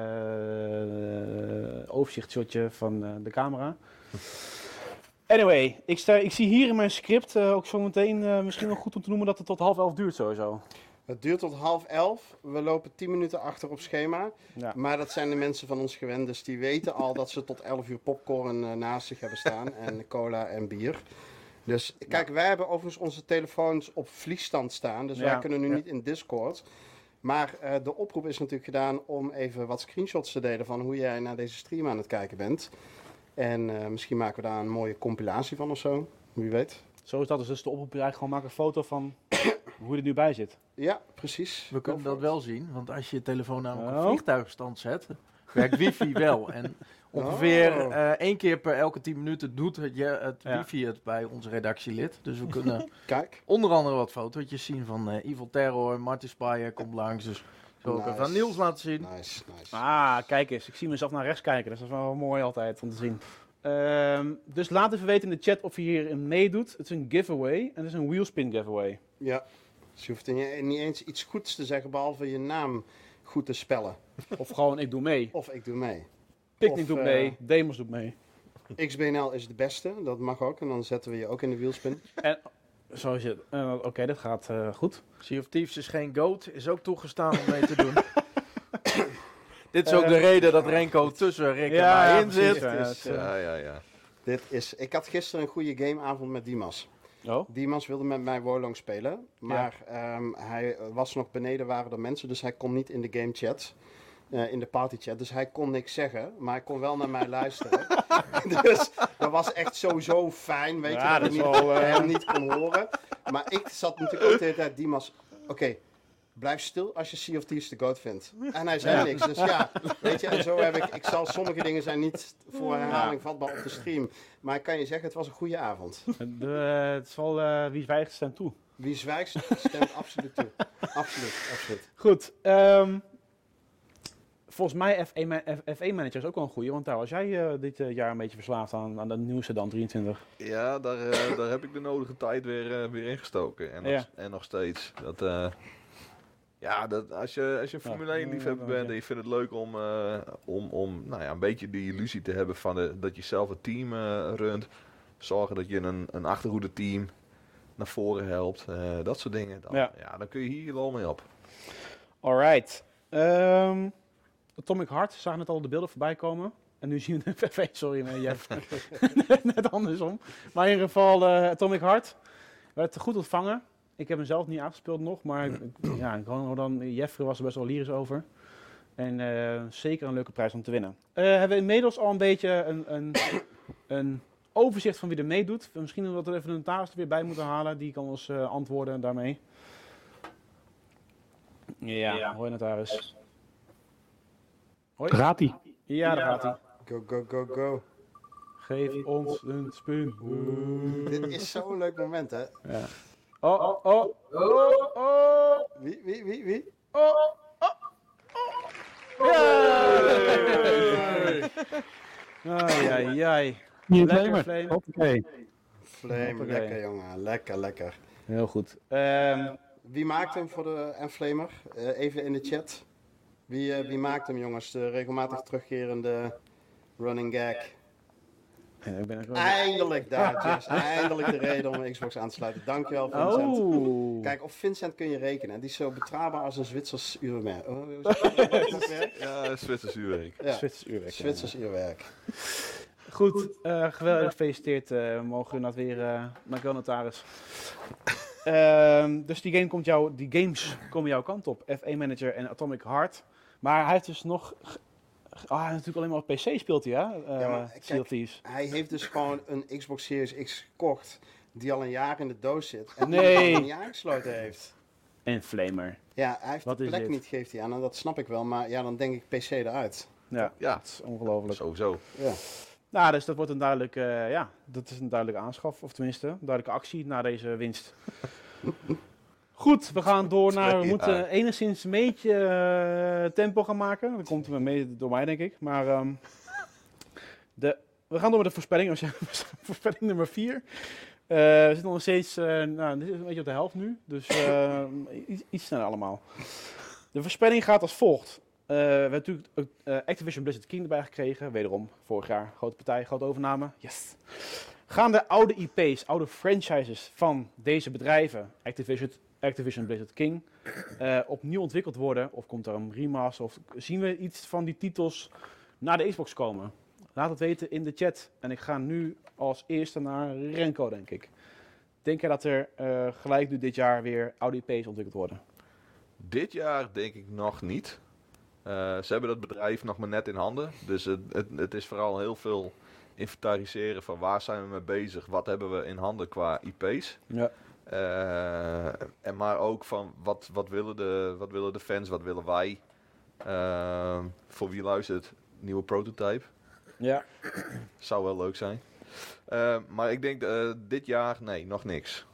overzichtshotje van de camera. Anyway, ik zie hier in mijn script ook zo meteen misschien wel goed om te noemen dat het tot 10:30 duurt sowieso. Het duurt tot 10:30. We lopen 10 minuten achter op schema. Ja. Maar dat zijn de mensen van ons gewend. Dus die weten al dat ze tot 11 uur popcorn naast zich hebben staan. En cola en bier. Dus kijk, wij hebben overigens onze telefoons op vliegstand staan. Dus wij kunnen nu niet in Discord. Maar de oproep is natuurlijk gedaan om even wat screenshots te delen van hoe jij naar deze stream aan het kijken bent. En misschien maken we daar een mooie compilatie van of zo. Wie weet. Zo is dat dus de oproep. Eigenlijk gewoon maak een foto van hoe je er nu bij zit. Ja, precies. We kunnen dat wel zien, want als je je telefoon namelijk op vliegtuigstand zet, werkt wifi wel. En ongeveer 1 keer per elke 10 minuten doet het wifi het bij onze redactielid. Dus we kunnen onder andere wat fotootjes zien van Evil Terror, Marty Spire komt langs. Dus zo ook even aan Niels laten zien. Nice. Kijk eens. Ik zie mezelf naar rechts kijken. Dus dat is wel mooi altijd om te zien. Dus laat even weten in de chat of je hierin meedoet. Het is een giveaway en het is een wheelspin giveaway. Ja, dus je hoeft niet eens iets goeds te zeggen behalve je naam goed te spellen. Of gewoon ik doe mee. Of ik doe mee. Picnic doet mee, Demos doet mee. XBNL is de beste, dat mag ook. En dan zetten we je ook in de wheelspin. En zo is het. Oké, dat gaat goed. Sea of Thieves is geen goat, is ook toegestaan om mee te doen. Dit is ook de reden dat Renko tussen Rick en mij in zit. Ja. Ik had gisteren een goede gameavond met Dimas. Oh? Dimas wilde met mij Wolong spelen. Maar hij was nog beneden, waren er mensen. Dus hij kon niet in de game chat. In de party chat. Dus hij kon niks zeggen. Maar hij kon wel naar mij luisteren. Dus dat was echt sowieso fijn. Weet je, dat ik hem niet kon horen. Maar ik zat natuurlijk ook de hele tijd Dimas. Oké. Blijf stil als je Sea of Thieves de goat vindt. En hij zei niks. Dus weet je, en zo heb ik zal sommige dingen zijn niet voor herhaling vatbaar op de stream. Maar ik kan je zeggen, het was een goede avond. Het is wel wie zwijgt stemt toe. Wie zwijgt stemt absoluut toe. Absoluut. Goed. Volgens mij F1 Manager is ook wel een goeie. Want daar was jij dit jaar een beetje verslaafd aan de nieuwste dan 23. Ja, daar heb ik de nodige tijd weer ingestoken. En nog steeds. Als je Formule 1 liefhebber bent en je vindt het leuk om een beetje die illusie te hebben van dat je zelf het team runt. Zorgen dat je een achterhoede team naar voren helpt. Dat soort dingen. Dan kun je hier wel mee op. Alright. Atomic Heart, zagen net al de beelden voorbij komen. En nu zien we de sorry, Jeff. Net andersom. Maar in ieder geval, Atomic Heart werd goed ontvangen. Ik heb hem zelf niet aangespeeld nog, maar Jeffrey was er best wel lyrisch over. En zeker een leuke prijs om te winnen. Hebben we inmiddels al een beetje een overzicht van wie er meedoet. Misschien dat we even een notaris er weer bij moeten halen. Die kan ons antwoorden daarmee. Ja, hoi notaris. Hoi. Gaat ie? Ja, daar gaat hij. Go. Geef ons een spin. Dit is zo'n leuk moment, hè? Ja. Oh. Wie? Ai. Lekker, Flame. Hoppakee. Flame, lekker jongen. Lekker. Heel goed. Wie maakt hem voor de Enflamer? Even in de chat. Wie maakt hem, jongens? De regelmatig terugkerende running gag. Eindelijk daar, Jess. Eindelijk de reden om een Xbox aan te sluiten. Dankjewel, Vincent. Oh. Kijk, op Vincent kun je rekenen. Die is zo betrouwbaar als een Zwitsers uurwerk. Ja, Zwitsers uurwerk. Ja. Zwitsers uurwerk. Ja. Goed, geweldig gefeliciteerd. Mogen we dat weer naar notaris. Dus die games komen jouw kant op. F1 Manager en Atomic Heart. Maar hij heeft dus nog... natuurlijk alleen maar op PC speelt hij, hè? Sea of Thieves. Hij heeft dus gewoon een Xbox Series X gekocht... die al een jaar in de doos zit... en die nog niet aangesloten heeft. En Flamer. Ja, hij heeft Wat de is plek dit? niet, geeft hij aan. En dat snap ik wel. Maar ja, dan denk ik PC eruit. Ja, Ja. dat is ongelooflijk. Sowieso. Ja. Nou, dus dat wordt een duidelijke, dat is een duidelijke aanschaf. Of tenminste, een duidelijke actie na deze winst. Goed, we gaan door naar, we moeten enigszins een beetje tempo gaan maken. Dat komt mee door mij, denk ik. Maar we gaan door met de voorspelling. Voorspelling nummer 4. We zitten nog steeds, dit is een beetje op de helft nu. Dus iets sneller allemaal. De voorspelling gaat als volgt. We hebben natuurlijk Activision Blizzard King erbij gekregen. Wederom, vorig jaar, grote partij, grote overname. Yes. Gaan de oude IP's, oude franchises van deze bedrijven, Activision Blizzard King, opnieuw ontwikkeld worden? Of komt er een remaster? Of zien we iets van die titels naar de Xbox komen? Laat het weten in de chat. En ik ga nu als eerste naar Renko, denk ik. Denk jij dat er gelijk nu dit jaar weer oude IP's ontwikkeld worden? Dit jaar denk ik nog niet. Ze hebben dat bedrijf nog maar net in handen. Dus het is vooral heel veel inventariseren van waar zijn we mee bezig. Wat hebben we in handen qua IP's. Ja. En maar ook van wat willen de fans, wat willen wij. Voor wie luistert, nieuwe prototype. Ja. Zou wel leuk zijn. Maar ik denk dit jaar, nee, nog niks.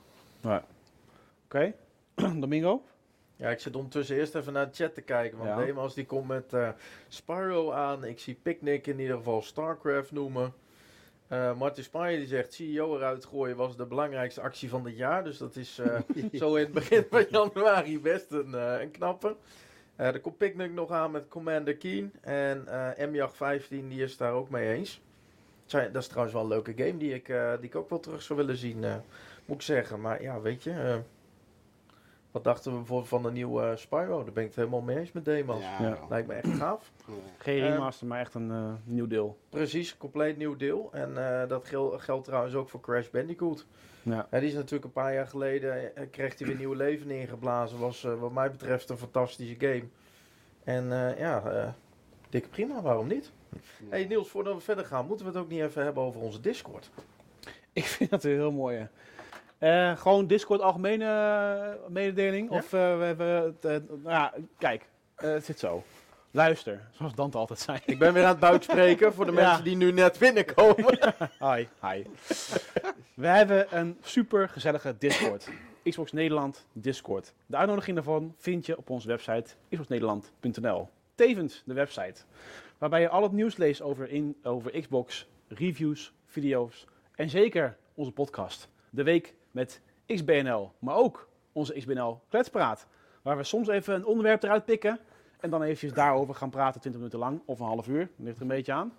Oké. Domingo? Ja, ik zit ondertussen eerst even naar de chat te kijken. Want Ja. Demos die komt met Spyro aan. Ik zie Picnic in ieder geval StarCraft noemen. Martin Spanje die zegt CEO eruit gooien was de belangrijkste actie van dit jaar. Dus dat is zo in het begin van januari best een knappe. Er komt Picnic nog aan met Commander Keen. En MJAG 15 die is daar ook mee eens. Dat is trouwens wel een leuke game die ik ook wel terug zou willen zien. Moet ik zeggen. Maar ja, weet je... Wat dachten we bijvoorbeeld van de nieuwe Spyro? Daar ben ik het helemaal mee eens met Demos. Ja. Lijkt me echt gaaf. Geen remaster, maar echt een nieuw deel. Precies, compleet nieuw deel. En dat geldt trouwens ook voor Crash Bandicoot. Ja. Die is natuurlijk een paar jaar geleden, kreeg hij weer nieuw leven ingeblazen. Was wat mij betreft een fantastische game. En dikke prima, waarom niet? Hey Niels, voordat we verder gaan, moeten we het ook niet even hebben over onze Discord? Ik vind dat een heel mooie. Gewoon Discord algemene mededeling. Ja? Of we hebben het... kijk, het zit zo. Luister, zoals Dante altijd zei. Ik ben weer aan het buikspreken voor de Ja. mensen die nu net binnenkomen. Hi. We hebben een super gezellige Discord. Xbox Nederland Discord. De uitnodiging daarvan vind je op onze website xboxnederland.nl. Tevens de website waarbij je al het nieuws leest over Xbox, reviews, video's en zeker onze podcast. De week met XBNL, maar ook onze XBNL Kletspraat. Waar we soms even een onderwerp eruit pikken en dan eventjes daarover gaan praten 20 minuten lang of een half uur. Dat ligt er een beetje aan.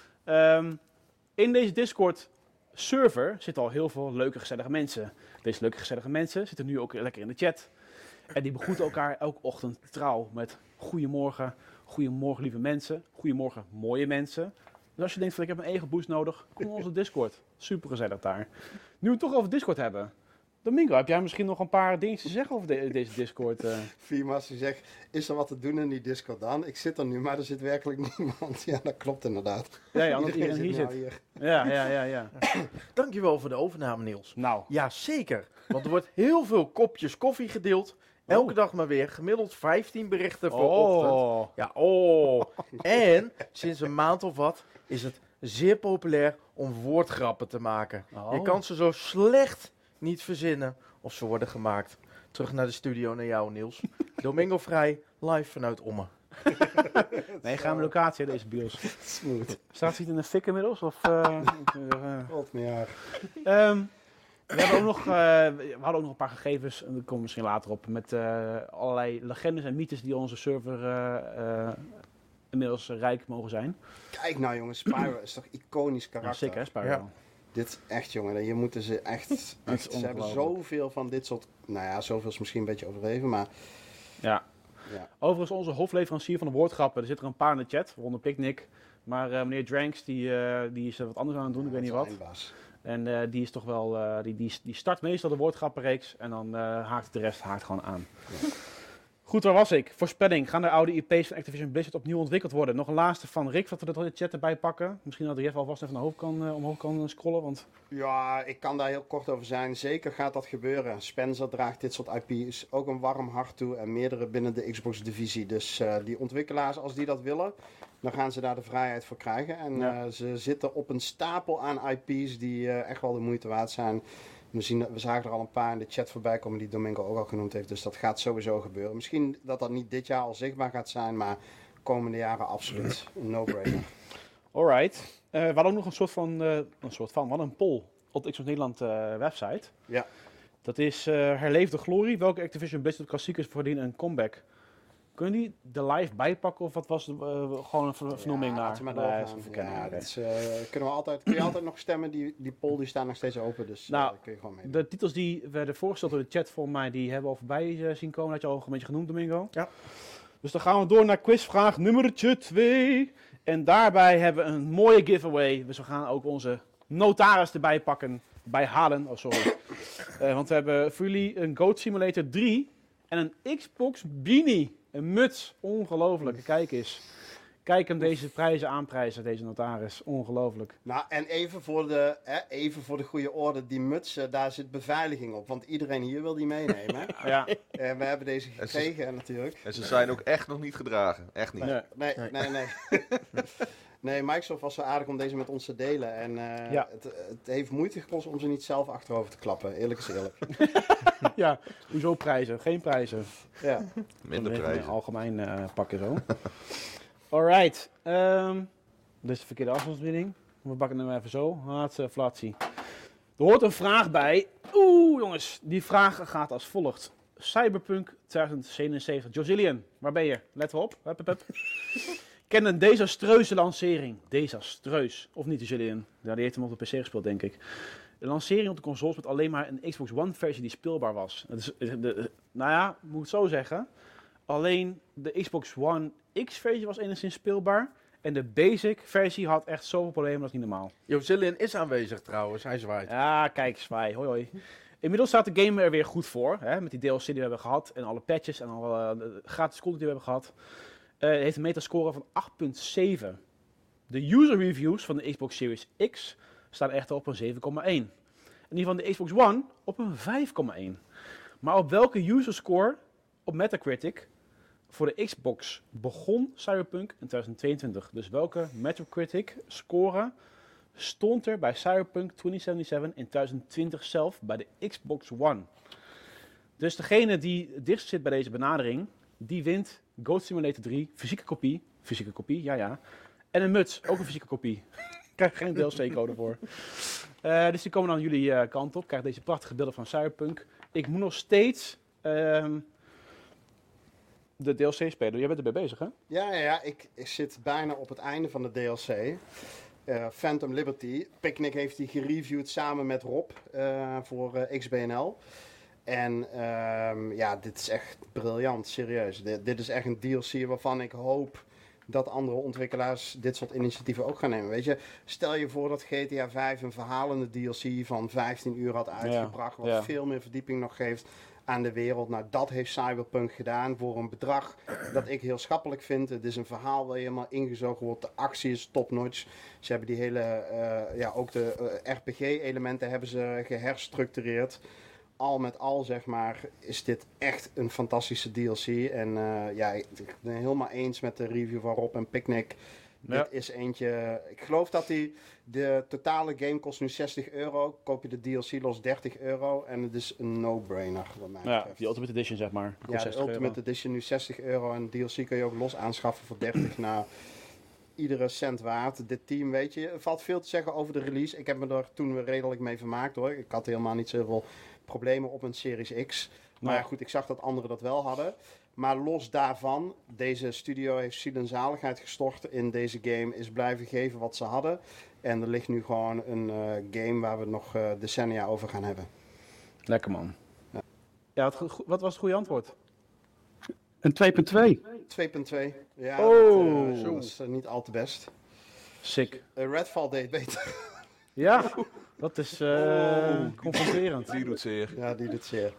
In deze Discord server zitten al heel veel leuke gezellige mensen. Deze leuke gezellige mensen zitten nu ook lekker in de chat. En die begroeten elkaar elke ochtend trouw met goedemorgen, goedemorgen lieve mensen, goedemorgen mooie mensen. Dus als je denkt van ik heb een eigen boost nodig, kom naar onze Discord. Super gezellig daar. Nu we het toch over Discord hebben. Domingo, heb jij misschien nog een paar dingetjes te zeggen over deze Discord? Viermas die zegt, is er wat te doen in die Discord dan? Ik zit er nu, maar er zit werkelijk niemand. Ja, dat klopt inderdaad. Ja, omdat iedereen hier nou zit. hier. Ja. Dankjewel voor de overname, Niels. Nou, Ja, zeker. Want er wordt heel veel kopjes koffie gedeeld. Elke dag maar weer. Gemiddeld 15 berichten voor ochtend. Ja, En sinds een maand of wat is het zeer populair om woordgrappen te maken. Oh. Je kan ze zo slecht niet verzinnen of ze worden gemaakt. Terug naar de studio, naar jou, Niels. Domingo Vrij, live vanuit Ommen. Nee, gaan we locatie, hè, deze bios. Smooth. Staat ze niet in de fik inmiddels? Of, God, ja. we hadden ook nog een paar gegevens, en daar komen we misschien later op, met allerlei legendes en mythes die onze server inmiddels rijk mogen zijn. Kijk nou jongens, Spyro is toch iconisch Ja, karakter. zeker, hè, Spyro? Ja. Dit echt jongen, hier moeten ze echt is ze hebben ongelooflijk. zoveel van dit soort, nou ja, zoveel is misschien een beetje overdreven, maar Ja. ja. Overigens, onze hoofdleverancier van de woordgrappen, er zitten er een paar in de chat, waaronder Picnic. Maar meneer Dranks, die is wat anders aan het doen, ik weet niet wat. En die is toch wel, die start meestal de woordgrappenreeks en dan haakt de rest gewoon aan. Ja. Goed, waar was ik? Voorspelling. Gaan de oude IP's van Activision Blizzard opnieuw ontwikkeld worden? Nog een laatste van Rick, wat we er in de chat erbij pakken. Misschien dat Jeff alvast even omhoog kan scrollen. Want... Ja, ik kan daar heel kort over zijn. Zeker gaat dat gebeuren. Spencer draagt dit soort IP's ook een warm hart toe. En meerdere binnen de Xbox-divisie. Dus die ontwikkelaars, als die dat willen, dan gaan ze daar de vrijheid voor krijgen. En ze zitten op een stapel aan IP's die echt wel de moeite waard zijn. We zagen er al een paar in de chat voorbij komen die Domingo ook al genoemd heeft. Dus dat gaat sowieso gebeuren. Misschien dat dat niet dit jaar al zichtbaar gaat zijn, maar komende jaren absoluut een no-brainer. Alright. We hadden ook nog een poll op de Xbox Nederland website. Ja. Dat is herleefde glorie. Welke Activision Blizzard klassiekers verdienen een comeback? Kunnen die er live bijpakken of wat was gewoon een vernoeming naar? Kun je altijd nog stemmen. Die poll die staan nog steeds open, dus kun je gewoon mee. De titels die werden voorgesteld door de chat volgens mij, die hebben we al voorbij zien komen. Dat had je al een beetje genoemd, Domingo. Ja. Dus dan gaan we door naar quizvraag nummertje 2. En daarbij hebben we een mooie giveaway. Dus we gaan ook onze notaris erbij pakken. Want we hebben voor jullie een Goat Simulator 3 en een Xbox Beanie. Een muts. Ongelooflijk. Kijk eens. Kijk hem deze prijzen aanprijzen, deze notaris. Ongelooflijk. Nou, en even voor de goede orde. Die mutsen, daar zit beveiliging op. Want iedereen hier wil die meenemen. Ja. We hebben deze gekregen natuurlijk. En ze zijn ook echt nog niet gedragen. Echt niet. Nee. Nee, Microsoft was zo aardig om deze met ons te delen. En het heeft moeite gekost om ze niet zelf achterover te klappen. Eerlijk is eerlijk. Ja, hoezo prijzen? Geen prijzen. Ja. Minder prijzen. Algemeen pakken zo. Alright. Dit is de verkeerde afstandsbediening. We bakken hem even zo. Inflatie. Er hoort een vraag bij. Jongens. Die vraag gaat als volgt. Cyberpunk 2077. Josillian, waar ben je? Let op. Hup. Ken een desastreuze lancering. Desastreus. Of niet, Josillian? Ja, die heeft hem op de PC gespeeld, denk ik. De lancering op de consoles met alleen maar een Xbox One versie die speelbaar was. Moet ik het zo zeggen. Alleen de Xbox One X versie was enigszins speelbaar. En de basic versie had echt zoveel problemen als niet normaal. Jozillian is aanwezig trouwens, hij zwaait. Ja, kijk, zwaai. Hoi. Inmiddels staat de game er weer goed voor. Hè, met die DLC die we hebben gehad. En alle patches en alle gratis content die we hebben gehad. Het heeft een metascore van 8.7. De user reviews van de Xbox Series X staan echter op een 7,1. En die van de Xbox One op een 5,1. Maar op welke user score op Metacritic voor de Xbox begon Cyberpunk in 2022? Dus welke Metacritic score stond er bij Cyberpunk 2077 in 2020 zelf bij de Xbox One? Dus degene die het dichtst zit bij deze benadering, die wint Goat Simulator 3, fysieke kopie, ja. En een muts, ook een fysieke kopie. Krijg geen DLC-code voor. Dus die komen dan jullie kant op. Krijg deze prachtige beelden van Cyberpunk. Ik moet nog steeds de DLC spelen. Jij bent erbij bezig, hè? Ja. Ik zit bijna op het einde van de DLC. Phantom Liberty. Picnic heeft die gereviewd samen met Rob voor XBNL. En dit is echt briljant, serieus. Dit is echt een DLC waarvan ik hoop dat andere ontwikkelaars dit soort initiatieven ook gaan nemen. Weet je, stel je voor dat GTA 5 een verhalende DLC van 15 uur had uitgebracht, wat veel meer verdieping nog geeft aan de wereld. Nou, dat heeft Cyberpunk gedaan voor een bedrag dat ik heel schappelijk vind. Het is een verhaal waar je helemaal ingezogen wordt. De actie is top-notch. Ze hebben die hele, ook de RPG-elementen hebben ze geherstructureerd. Al met al, zeg maar, is dit echt een fantastische DLC. En ik ben helemaal eens met de review van Rob en Picnic. Ja. Dit is eentje... Ik geloof dat de totale game kost nu €60. Koop je de DLC los €30. En het is een no-brainer, wat mij betreft. Die Ultimate Edition, zeg maar. Ja, de Ultimate Edition nu €60. En DLC kun je ook los aanschaffen voor 30. Nou, iedere cent waard. Dit team, weet je, er valt veel te zeggen over de release. Ik heb me er toen redelijk mee vermaakt, hoor. Ik had helemaal niet zoveel problemen op een Series X. Maar goed, ik zag dat anderen dat wel hadden. Maar los daarvan, deze studio heeft ziel en zaligheid gestort in deze game. Is blijven geven wat ze hadden. En er ligt nu gewoon een game waar we nog decennia over gaan hebben. Lekker, man. Ja, wat was het goede antwoord? Een 2.2. 2.2. Ja, dat is niet al te best. Sick. Redfall deed beter. Ja, dat is confronterend. Die doet zeer. Ja, die doet zeer.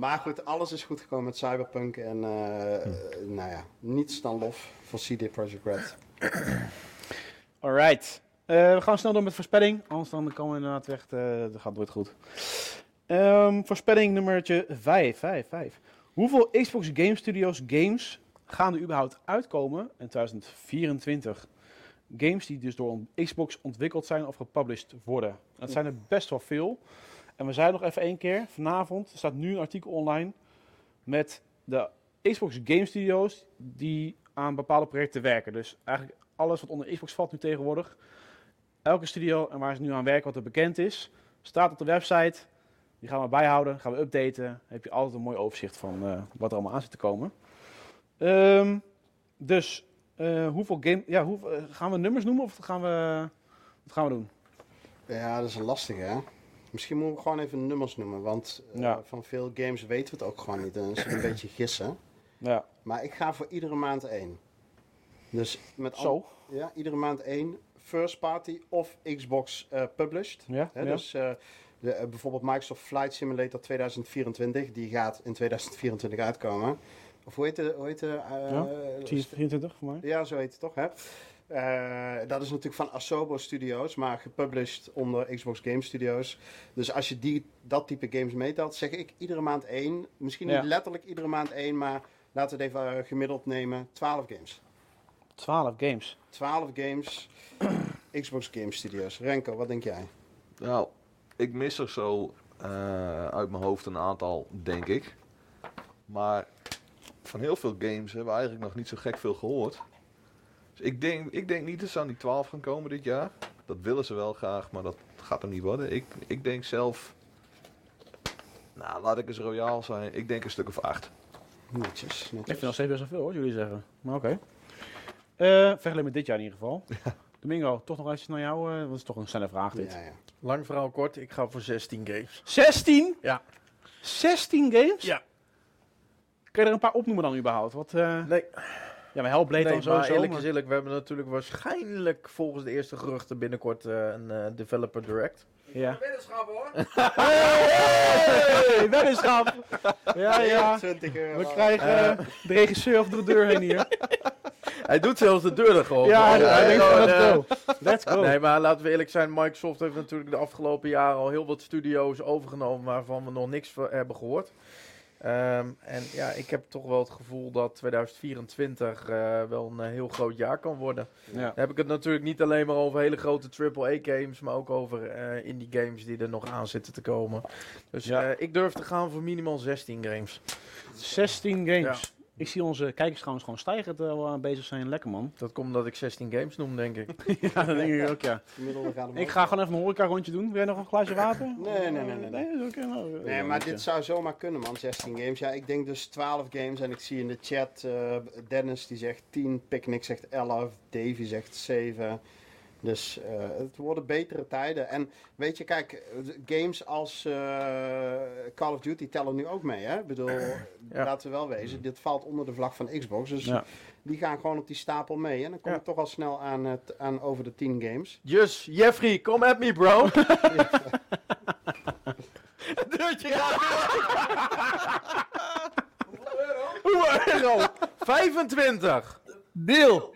Maar goed, alles is goed gekomen met Cyberpunk. En niets dan lof voor CD Projekt Red. Alright. We gaan snel door met voorspelling. Anders dan komen we inderdaad weg. Dat gaat nooit goed. Voorspelling nummertje 5. Hoeveel Xbox Game Studios games gaan er überhaupt uitkomen in 2024? Games die dus door Xbox ontwikkeld zijn of gepublished worden. Dat zijn er best wel veel. En we zeiden nog even één keer, vanavond staat nu een artikel online met de Xbox Game Studios die aan bepaalde projecten werken. Dus eigenlijk alles wat onder Xbox valt nu tegenwoordig. Elke studio en waar ze nu aan werken, wat er bekend is, staat op de website. Die gaan we bijhouden, gaan we updaten. Dan heb je altijd een mooi overzicht van wat er allemaal aan zit te komen. Hoeveel game... Ja, gaan we nummers noemen of wat gaan we doen? Ja, dat is een lastige, hè? Misschien moeten we gewoon even nummers noemen, want van veel games weten we het ook gewoon niet. En dan is het een beetje gissen. Ja. Maar ik ga voor iedere maand 1. Dus iedere maand 1 first party of Xbox published. Ja, Hè, ja. Dus bijvoorbeeld Microsoft Flight Simulator 2024, die gaat in 2024 uitkomen. Of hoe heet de 24 voor mij. Ja, zo heet het toch, hè? Dat is natuurlijk van Asobo Studios, maar gepublished onder Xbox Game Studios. Dus als je dat type games meetelt, zeg ik iedere maand 1. Misschien niet letterlijk iedere maand 1, maar laten we het even gemiddeld nemen. 12 games. 12 games. 12 games. Xbox Game Studios. Renko, wat denk jij? Nou, ik mis er zo uit mijn hoofd een aantal, denk ik. Maar van heel veel games hebben we eigenlijk nog niet zo gek veel gehoord. Dus ik denk niet dat ze aan die 12 gaan komen dit jaar. Dat willen ze wel graag, maar dat gaat er niet worden. Ik denk zelf... Nou, laat ik eens royaal zijn. Ik denk een stuk of 8. Netjes. Ik vind nog steeds best wel veel hoor, jullie zeggen. Maar oké. Vergeleken met dit jaar in ieder geval. Ja. Domingo, toch nog eens naar jou. Dat is toch een snelle vraag dit. Ja. Lang verhaal kort, ik ga voor 16 games. 16? Ja. 16 games? Ja. Kun je er een paar opnoemen dan überhaupt? Wat, Nee. Ja, maar Hellblade dan maar sowieso. eerlijk is eerlijk, we hebben natuurlijk waarschijnlijk volgens de eerste geruchten binnenkort een Developer Direct. Ja. Weddenschap hoor. Hey, weddenschap! Ja. 20 euro. We krijgen de regisseur over de deur heen hier. Hij doet zelfs de deur er gewoon. Ja, voor. hij denkt van, let's eh, go. Let's go. Nee, maar laten we eerlijk zijn, Microsoft heeft natuurlijk de afgelopen jaren al heel wat studio's overgenomen waarvan we nog niks hebben gehoord. En ja, ik heb toch wel het gevoel dat 2024 wel een heel groot jaar kan worden. Ja. Dan heb ik het natuurlijk niet alleen maar over hele grote AAA-games, maar ook over indie-games die er nog aan zitten te komen. Dus ik durf te gaan voor minimaal 16 games. 16 games. Ik zie onze kijkers trouwens gewoon stijgen terwijl we aan bezig zijn. Lekker man. Dat komt omdat ik 16 games noem, denk ik. Ja, dat denk ik ook, ja. Ik ga gewoon even een horeca rondje doen. Wil jij nog een glaasje water? Nee. Nee, oké. Nee, maar dit zou zomaar kunnen, man. 16 games. Ja, ik denk dus 12 games. En ik zie in de chat Dennis die zegt 10, Picnic zegt 11, Davy zegt 7. Dus het worden betere tijden. En weet je, kijk, games als Call of Duty tellen nu ook mee, hè? Ik bedoel, laten we wel wezen, dit valt onder de vlag van Xbox. Dus die gaan gewoon op die stapel mee. En dan kom ik toch al snel aan over de 10 games. Just, Jeffrey, come at me, bro. Het deurtje gaat Hoeveel euro? 25. Deal!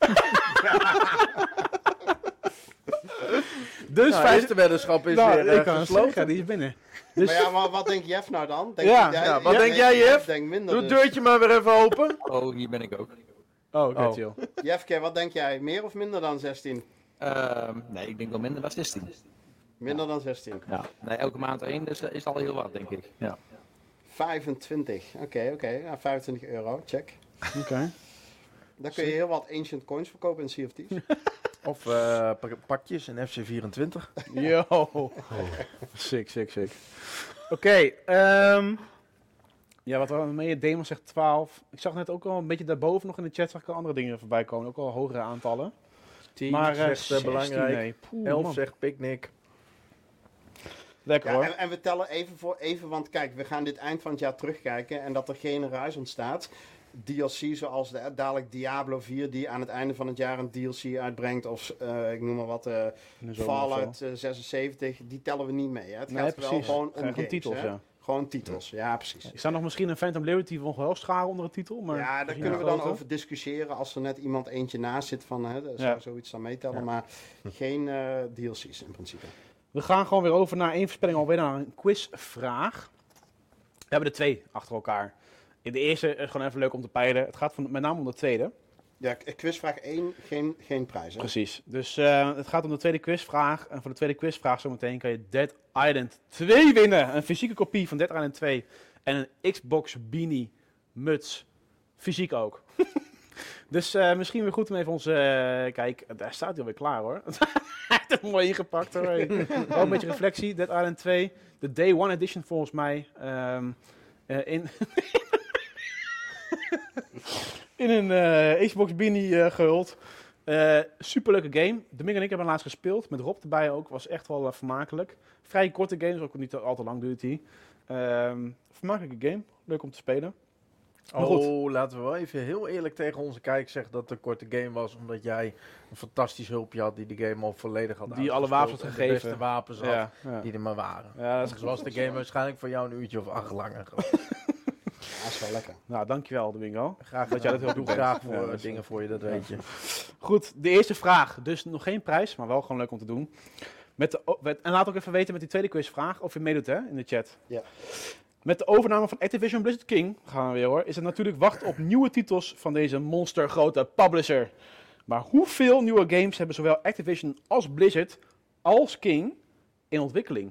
Dus Nou, eerste weddenschap is weer ik kan gesloten. zeggen, die is binnen. Dus Maar ja, wat denkt Jeff nou dan? Wat denk jij, Jeff? Denk minder. Doe het Dus. deurtje maar weer even open. Oh, hier ben ik ook. Oh, oké, chill. Jeffke, wat denk jij? Meer of minder dan 16? Nee, ik denk wel minder dan 16. Minder dan 16. Ja. Nee, elke maand 1 dus, is al heel wat, denk ik. Ja. 25. Oké. Ja, 25 euro. Check. Oké. Dan kun je heel wat Ancient Coins verkopen in Sea of Thieves. Of pakjes in FC24. Yo. Sick. Oké, ja, wat we mee, Demon zegt 12. Ik zag net ook al een beetje daarboven nog in de chat, zag ik al andere dingen voorbij komen. Ook al hogere aantallen. 10 maar zegt 16, belangrijk. nee. Poeh, 11 man. zegt Picnic. Lekker Ja, hoor. en we tellen even, want kijk, we gaan dit eind van het jaar terugkijken en dat er geen ruis ontstaat. DLC zoals dadelijk Diablo 4 die aan het einde van het jaar een DLC uitbrengt of ik noem maar wat, Fallout 76, die tellen we niet mee. Hè? Het gaat wel gewoon om games, titels, hè? ja. Gewoon titels, ja precies. Ik zou nog misschien een Phantom Liberty nog wel scharen onder de titel. Maar ja, daar kunnen we dan over discussiëren als er net iemand eentje naast zit van, zou zoiets dan meetellen. Maar geen DLC's in principe. We gaan gewoon weer over naar één voorspelling, alweer naar een quizvraag. We hebben er 2 achter elkaar. De eerste is gewoon even leuk om te peilen. Het gaat met name om de tweede. Ja, quizvraag 1, geen prijs. Hè? Precies. Dus het gaat om de tweede quizvraag. En voor de tweede quizvraag zometeen kan je Dead Island 2 winnen. Een fysieke kopie van Dead Island 2. En een Xbox Beanie muts. Fysiek ook. Dus misschien weer goed om even onze... kijk, daar staat hij alweer klaar hoor. Hij heeft het mooi ingepakt hoor. Ook een beetje reflectie. Dead Island 2. De Day One Edition volgens mij. In een Xbox Beanie gehuld. Superleuke game. Domingo en ik hebben laatst gespeeld. Met Rob erbij ook. Was echt wel vermakelijk. Vrij korte game. Dus ook niet al te lang duurt die. Vermakelijke game. Leuk om te spelen. Laten we wel even heel eerlijk tegen onze kijkers zeggen dat het een korte game was. Omdat jij een fantastisch hulpje had die de game al volledig had die alle wapens had gegeven. De beste wapens had die er maar waren. Ja, zoals de game waarschijnlijk voor jou een uurtje of 8 langer. Ja, is wel lekker. Nou, dankjewel Domingo. Graag dat jij dat heel doet. Graag voor dingen voor je, dat weet je. Goed, de eerste vraag. Dus nog geen prijs, maar wel gewoon leuk om te doen. En laat ook even weten met die tweede quizvraag of je meedoet hè, in de chat. Ja. Met de overname van Activision Blizzard King, gaan we weer hoor, is het natuurlijk wachten op nieuwe titels van deze monstergrote publisher. Maar hoeveel nieuwe games hebben zowel Activision als Blizzard als King in ontwikkeling?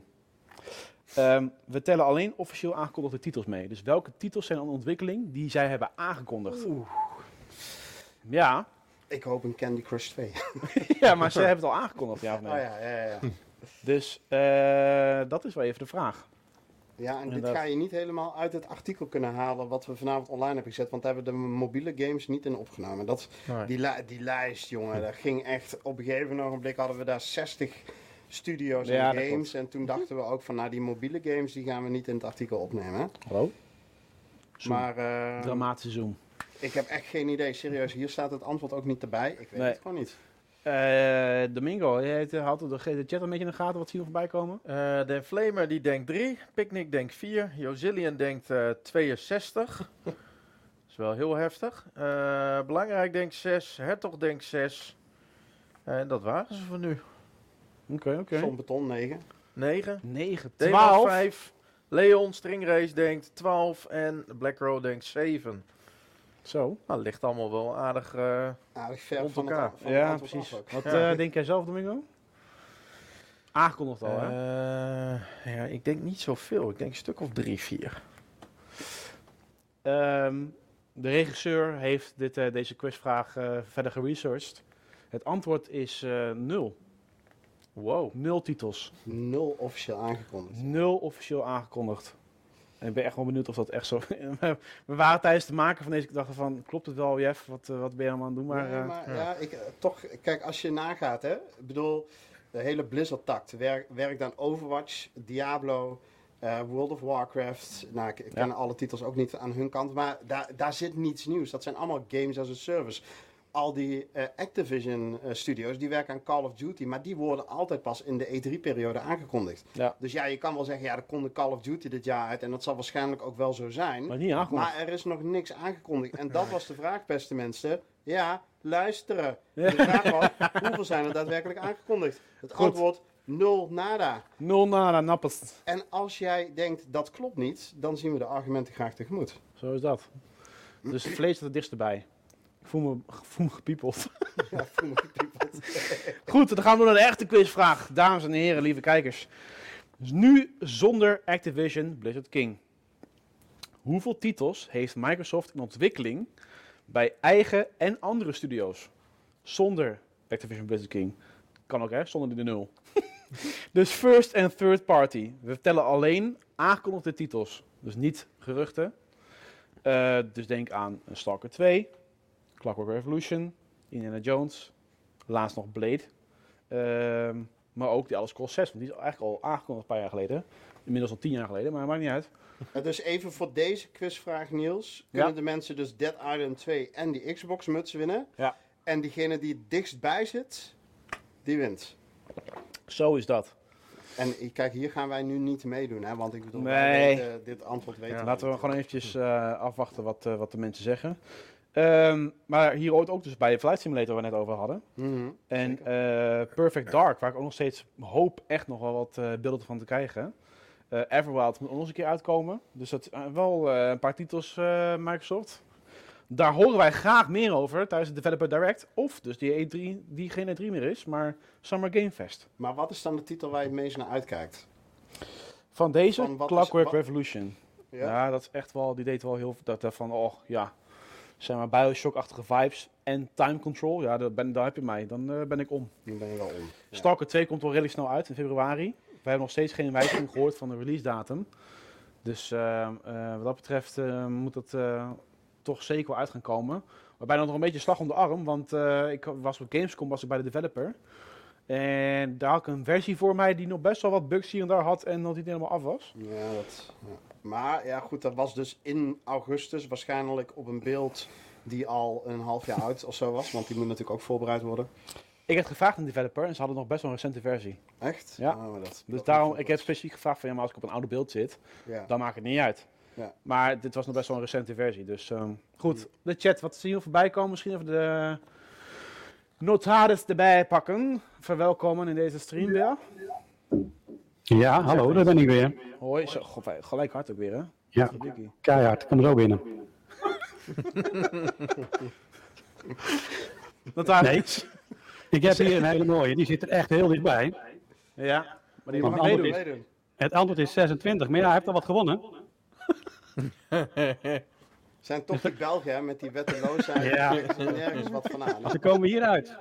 We tellen alleen officieel aangekondigde titels mee. Dus welke titels zijn in ontwikkeling die zij hebben aangekondigd? Ja. Ik hoop een Candy Crush 2. Ja, maar ze hebben het al aangekondigd, ja of nee? Oh ja. Dus dat is wel even de vraag. Ja, en dit ga je niet helemaal uit het artikel kunnen halen wat we vanavond online hebben gezet. Want daar hebben de mobiele games niet in opgenomen. Die lijst, jongen, dat ging echt... Op een gegeven ogenblik hadden we daar 60 studio's en games. En toen dachten we ook van, die mobiele games die gaan we niet in het artikel opnemen. Hallo? Zoom. Maar... dramatische zoom. Ik heb echt geen idee. Serieus, hier staat het antwoord ook niet erbij. Ik weet het gewoon niet. Domingo, jij houdt de chat een beetje in de gaten. Wat zie je nog voorbij komen? De Flamer die denkt 3. Picnic denkt 4. Jozillian denkt 62. Dat is wel heel heftig. Belangrijk denkt 6. Hertog denkt 6. En dat waren ze voor nu. Oké. Som Beton 9. 9. 12. 5. Leon Stringrace denkt 12. En Black Row denkt 7. Zo. Nou, ligt allemaal wel aardig ver rond van elkaar. Ja, precies. Wat denk jij zelf, Domingo? Aangekondigd al, hè? Ja, ik denk niet zoveel. Ik denk een stuk of 3, 4. De regisseur heeft deze quizvraag verder geresearched. Het antwoord is 0. Wow. 0 titels. 0 officieel aangekondigd. 0 officieel aangekondigd. En ik ben echt wel benieuwd of dat echt zo... We waren tijdens het maken van deze... Ik dacht van, klopt het wel, Jeff? Wat ben je allemaal aan het doen? Maar, toch... Kijk, als je nagaat, hè. Ik bedoel, de hele Blizzard-takt werkt aan Overwatch, Diablo, World of Warcraft. Nou, ik ken alle titels ook niet aan hun kant. Maar daar zit niets nieuws. Dat zijn allemaal games as a service. Al die Activision studios, die werken aan Call of Duty, maar die worden altijd pas in de E3-periode aangekondigd. Ja. Dus ja, je kan wel zeggen, er komt de Call of Duty dit jaar uit en dat zal waarschijnlijk ook wel zo zijn. Maar niet aangekondigd. Maar er is nog niks aangekondigd. En dat was de vraag, beste mensen. Ja, luisteren. Ja. De vraag was, hoeveel zijn er daadwerkelijk aangekondigd? Het antwoord, 0 nada. 0 nada, nappest. En als jij denkt, dat klopt niet, dan zien we de argumenten graag tegemoet. Zo is dat. Dus het vlees staat het dichtst erbij. Ik voel me gepiepeld. Ja, voel me gepiepeld. Goed, dan gaan we naar de echte quizvraag. Dames en heren, lieve kijkers. Dus nu zonder Activision Blizzard King. Hoeveel titels heeft Microsoft in ontwikkeling bij eigen en andere studio's? Zonder Activision Blizzard King. Kan ook hè, zonder de 0. Dus first en third party. We tellen alleen aangekondigde titels. Dus niet geruchten. Dus denk aan een Stalker 2. Clockwork Revolution, Indiana Jones, laatst nog Blade. Maar ook de Elder Scrolls 6, want die is eigenlijk al aangekondigd een paar jaar geleden. Inmiddels al 10 jaar geleden, maar maakt niet uit. Dus even voor deze quizvraag, Niels. Kunnen de mensen dus Dead Island 2 en die Xbox muts winnen? Ja. En diegene die het dichtst bij zit, die wint. Zo is dat. En kijk, hier gaan wij nu niet meedoen, hè? Want ik bedoel, dit antwoord weten we. Laten we gewoon eventjes afwachten wat de mensen zeggen. Maar hier hoort ook dus bij de Flight Simulator waar we net over hadden. Mm-hmm. En Perfect Dark, waar ik ook nog steeds hoop echt nog wel wat beelden van te krijgen. Everwild moet ook nog eens een keer uitkomen. Dus dat wel een paar titels Microsoft. Daar horen wij graag meer over tijdens de Developer Direct. Of dus die E3, die geen E3 meer is, maar Summer Game Fest. Maar wat is dan de titel waar je het meest naar uitkijkt? Van deze, Van wat Clockwork is- Revolution. Ja? Ja, dat is echt wel, die deed wel heel dat van, oh ja, zeg maar Bioshock-achtige vibes en time control. Ja, daar heb je mij, dan ben ik om. Nu ben je wel om. Ja. Stalker 2 komt wel redelijk snel uit in februari. We hebben nog steeds geen wijziging gehoord van de release datum. Dus wat dat betreft moet dat toch zeker wel uit gaan komen. Waarbij nog een beetje slag om de arm, want ik was op Gamescom was ik bij de developer. En daar had ik een versie voor mij die nog best wel wat bugs hier en daar had en nog niet helemaal af was. Ja. Maar ja, goed, dat was dus in augustus waarschijnlijk op een beeld die al een half jaar oud of zo was. Want die moet natuurlijk ook voorbereid worden. Ik heb gevraagd aan de developer en ze hadden nog best wel een recente versie. Echt? Ja. Oh, maar Dus daarom, ik heb specifiek gevraagd van ja, maar als ik op een oude beeld zit, Ja. dan maakt het niet uit. Ja. Maar dit was nog best wel een recente versie. Dus goed, de chat, wat zien we voorbij komen? Misschien even de notaris erbij pakken. Verwelkomen in deze stream weer. Ja, hallo, daar ben ik weer. Hoi, zo, gelijk hard ook weer hè? Ja, Dikkie. keihard, kom er zo binnen. Notaris. Nee, ik heb hier een hele mooie, die zit er echt heel dichtbij. Ja, maar die Want mag het meedoen. antwoord Het antwoord is 26, maar ja, hij heeft al wat gewonnen. Zijn toch die Belgen hè, met die wetteloosheid. Ja. Nergens wat van aan. Ze komen hieruit.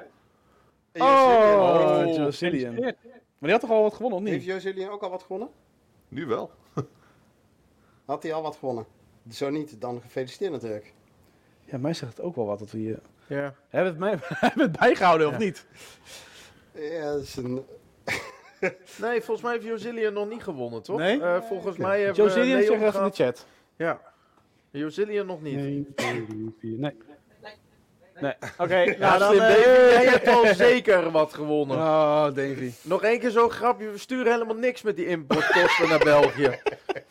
Oh, Heeft Josilian. Maar die had toch al wat gewonnen, of niet? Josilian ook al wat gewonnen? Nu wel. Had hij al wat gewonnen? Zo niet, dan gefeliciteerd natuurlijk. Ja, mij zegt het ook wel wat dat we hier... Ja. Hebben we het bijgehouden, of niet? Ja, dat is een... Nee, volgens mij heeft Josilian nog niet gewonnen, toch? Nee? Volgens mij hebben Josilian Leon zegt even in de chat. Ja. Josilian nog niet. 1, 2, 3, 4, nee. Nee. Oké, Ja, nou dan... slim, Davy, jij hebt al zeker wat gewonnen. Oh, Davy. Nog één keer zo'n grapje. We sturen helemaal niks met die importkosten naar België.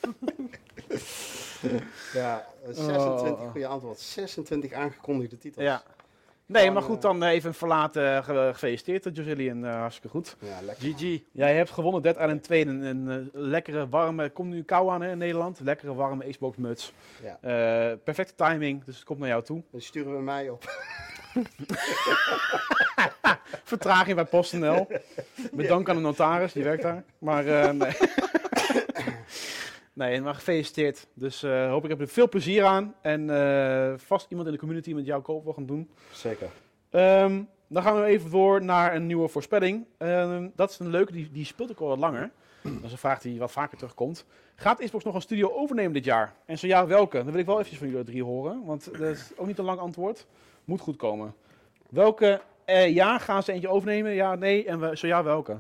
Ja, 26 goede antwoord. 26 aangekondigde titels. Ja. Nee, maar goed, dan even verlaten. Gefeliciteerd, Josilian. Hartstikke goed. Ja, lekker. GG. Jij hebt gewonnen Dead Island 2. Een lekkere, warme... Komt nu kou aan hè, in Nederland. Lekkere, warme Xbox muts. Ja. Perfecte timing, dus het komt naar jou toe. Dan sturen we mij op. Vertraging bij PostNL. Met dank aan de notaris, die werkt daar. Maar nee. Nee, maar gefeliciteerd. Dus hoop ik heb er veel plezier aan. En vast iemand in de community met jou koop wil gaan doen. Zeker. Dan gaan we even door naar een nieuwe voorspelling. Dat is een leuke, die speelt ook al wat langer. Dat is een vraag die wat vaker terugkomt. Gaat Xbox nog een studio overnemen dit jaar? En zo ja, welke? Dan wil ik wel eventjes van jullie 3 horen. Want dat is ook niet een lang antwoord. Moet goed komen. Welke ja, gaan ze eentje overnemen? Ja, nee. En zo ja, welke?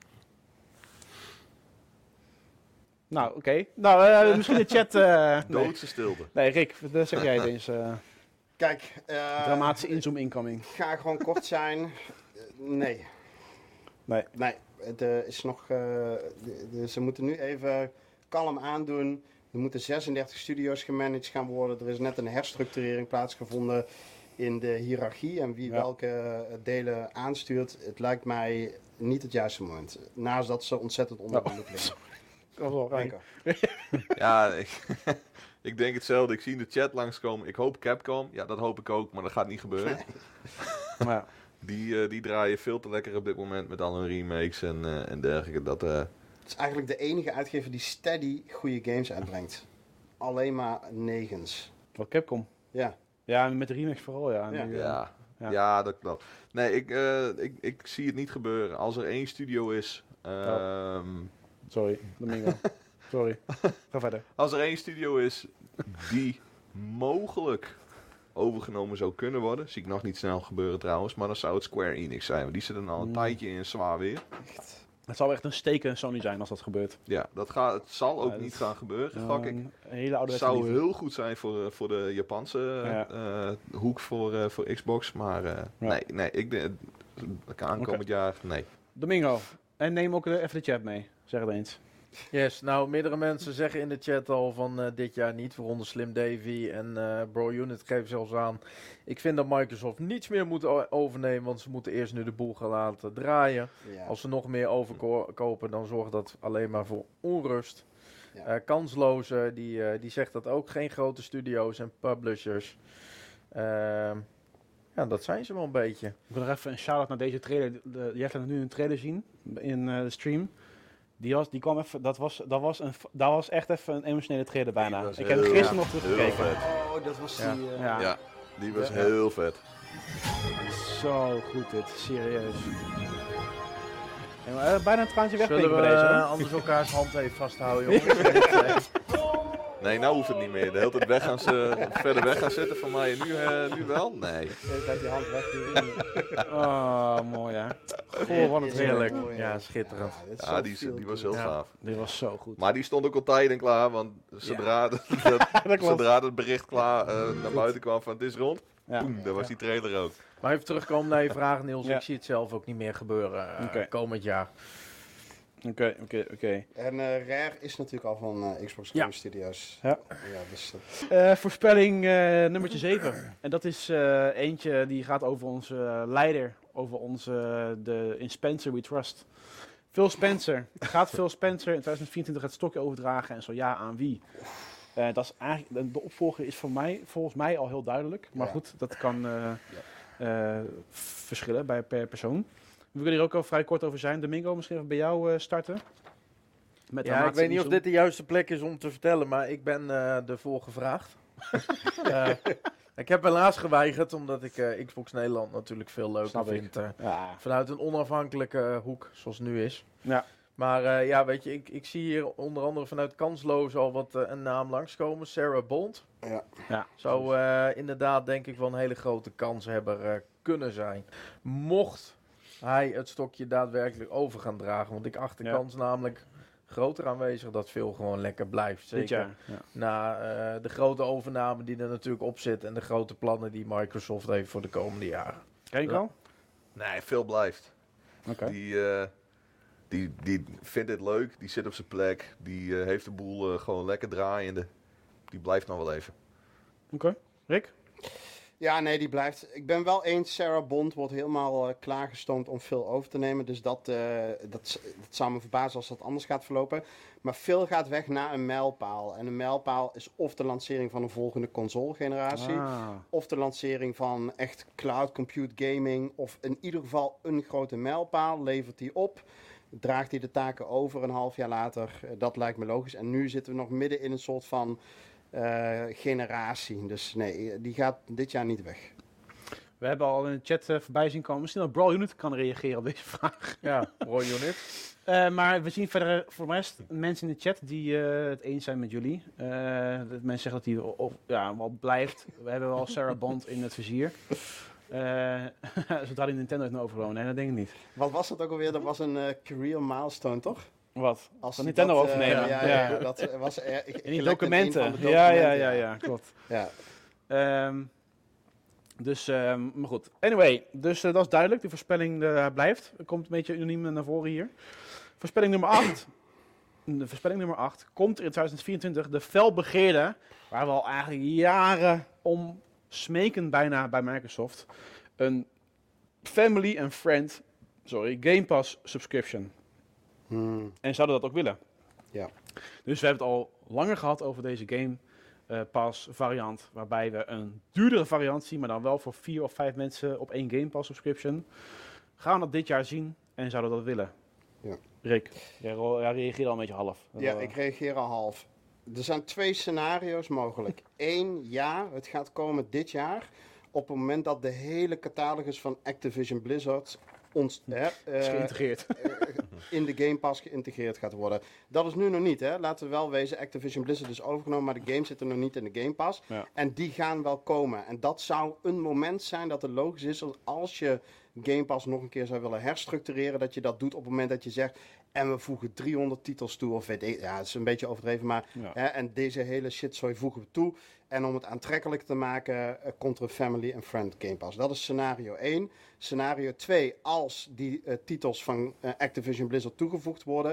Nou, oké. Nou, misschien de chat... nee. Doodse stilte. Nee, Rick, dat zeg jij eens. Kijk, Dramatische inzoom incoming. ga gewoon kort zijn. Nee. Nee. Nee, het is nog... ze moeten nu even kalm aandoen. Er moeten 36 studio's gemanaged gaan worden. Er is net een herstructurering plaatsgevonden in de hiërarchie. En wie welke delen aanstuurt, het lijkt mij niet het juiste moment. Naast dat ze ontzettend onder de loep liggen. Dat was wel fijn. Ja, ik denk hetzelfde. Ik zie in de chat langskomen. Ik hoop Capcom. Ja, dat hoop ik ook, maar dat gaat niet gebeuren. Maar ja. Die draaien veel te lekker op dit moment met al hun remakes en dergelijke. Het is eigenlijk de enige uitgever die steady goede games uitbrengt. Alleen maar negens. Wat Capcom. Ja. Ja, met de remix vooral, ja. Ja. Nu, Ja. Ja. Ja, dat klopt. Nee, ik zie het niet gebeuren. Als er 1 studio is... Sorry, Domingo. Sorry. Ga verder. Als er 1 studio is die mogelijk overgenomen zou kunnen worden, zie ik nog niet snel gebeuren trouwens, maar dan zou het Square Enix zijn. Want die zitten al een tijdje in zwaar weer. Het zal echt een steken Sony zijn als dat gebeurt. Ja, het zal ook Ja, niet dat- gaan gebeuren, gok ik. Een hele oude Het zou heel goed zijn voor de Japanse hoek voor Xbox, maar nee, ik denk aankomend jaar, nee. Domingo. En neem ook even de chat mee. Zeg het eens. Yes, nou, meerdere mensen zeggen in de chat al van dit jaar niet. Waaronder Slim Davy en Bro Unit geven zelfs aan. Ik vind dat Microsoft niets meer moet overnemen, want ze moeten eerst nu de boel gaan laten draaien. Ja. Als ze nog meer overkopen, dan zorgt dat alleen maar voor onrust. Ja. Kansloze, die zegt dat ook. Geen grote studio's en publishers. Ja, dat zijn ze wel een beetje. Ik wil nog even een shout-out naar deze trailer. Jij gaat nu een trailer zien in de stream. Die kwam even, dat was echt even een emotionele trailer bijna. Ik heb gisteren nog teruggekeken. Oh, dat was die... Ja, die was heel vet. Zo goed dit, serieus. Ja, bijna een traantje Zullen wegdenken we bij deze. Hoor. anders elkaars hand even vasthouden, jongens? Nee, nou hoeft het niet meer. De hele tijd verder weg gaan zitten van mij en nu wel? Nee. Uit die hand weg. Oh, mooi hè. Goh, wat een Heerlijk. trailer. Ja, schitterend. Ja, die was heel gaaf. Dit was zo goed. Maar die stond ook al tijden klaar, want zodra het bericht klaar naar buiten kwam van het is rond, boem, daar was die trailer ook. Maar even terugkomen naar je vraag, Niels. Ja. Ik zie het zelf ook niet meer gebeuren komend jaar. Oké. En Rare is natuurlijk al van Xbox Game Studios. Ja. Dus Voorspelling nummertje 7. En dat is eentje die gaat over onze leider. Over de In Spencer We Trust. Phil Spencer. Gaat Phil Spencer in 2024 het stokje overdragen? En zo ja, aan wie? Dat is eigenlijk, de opvolger is volgens mij al heel duidelijk. Maar goed, dat kan verschillen per persoon. We willen hier ook al vrij kort over zijn. Domingo, misschien even bij jou starten. Met Ik weet niet of dit de juiste plek is om te vertellen, maar ik ben ervoor gevraagd. Ik heb helaas geweigerd, omdat ik Xbox Nederland natuurlijk veel leuker vind. Vanuit een onafhankelijke hoek, zoals het nu is. Ja. Maar weet je, ik zie hier onder andere vanuit Kansloos al wat een naam langskomen. Sarah Bond. Ja. Zou inderdaad denk ik wel een hele grote kanshebber kunnen zijn. Mocht hij het stokje daadwerkelijk over gaan dragen. Want ik acht de kans namelijk groter aanwezig dat veel gewoon lekker blijft. Zeker na de grote overname die er natuurlijk op zit en de grote plannen die Microsoft heeft voor de komende jaren. Ken je al? Nee, veel blijft. Oké. Die vindt het leuk, die zit op zijn plek, die heeft de boel gewoon lekker draaiende. Die blijft nog wel even. Oké. Rick? Ja, nee, die blijft. Ik ben wel eens, Sarah Bond wordt helemaal klaargestoomd om Phil over te nemen. Dus dat zou me verbazen als dat anders gaat verlopen. Maar Phil gaat weg naar een mijlpaal. En een mijlpaal is of de lancering van een volgende console-generatie. Of de lancering van echt cloud compute gaming. Of in ieder geval een grote mijlpaal. Levert hij op. Draagt hij de taken over een half jaar later. Dat lijkt me logisch. En nu zitten we nog midden in een soort van generatie. Dus nee, die gaat dit jaar niet weg. We hebben al in de chat voorbij zien komen. Misschien dat Brawl Unit kan reageren op deze vraag. Ja, Brawl Unit. Maar we zien verder voor de rest mensen in de chat die het eens zijn met jullie. Dat mensen zeggen dat hij wel blijft. We hebben wel Sarah Bond in het vizier. Zodra die Nintendo heeft overgenomen. Nee, dat denk ik niet. Wat was dat ook alweer? Dat was een career milestone, toch? Wat? Als van Nintendo overnemen? Ja, dat was in die documenten. Ja, klopt. Ja. Maar goed. Anyway, dus dat is duidelijk. De voorspelling blijft. Er komt een beetje unaniem naar voren hier. Voorspelling nummer 8. De voorspelling nummer 8 komt er in 2024 de felbegeerde, waar we al eigenlijk jaren om smeken bijna bij Microsoft, een Family and Friend, Game Pass subscription. En zouden dat ook willen. Ja. Dus we hebben het al langer gehad over deze Game Pass variant, waarbij we een duurdere variant zien, maar dan wel voor 4 of 5 mensen op 1 Game Pass subscription. Gaan we dat dit jaar zien en zouden we dat willen? Ja. Rick, jij reageert al een beetje half. Ja, ik reageer al half. Er zijn 2 scenario's mogelijk. 1, ja, het gaat komen dit jaar. Op het moment dat de hele catalogus van Activision Blizzard is geïntegreerd. In de Game Pass geïntegreerd gaat worden. Dat is nu nog niet, hè. Laten we wel wezen, Activision Blizzard is overgenomen, maar de games zitten nog niet in de Game Pass. Ja. En die gaan wel komen. En dat zou een moment zijn dat het logisch is, als je Game Pass nog een keer zou willen herstructureren, dat je dat doet op het moment dat je zegt, en we voegen 300 titels toe, of weet ik, ja, dat is een beetje overdreven, maar en deze hele shitzooi voegen we toe. En om het aantrekkelijk te maken, komt er een Family and Friend Game Pass. Dat is scenario 1. Scenario 2, als die titels van Activision Blizzard toegevoegd worden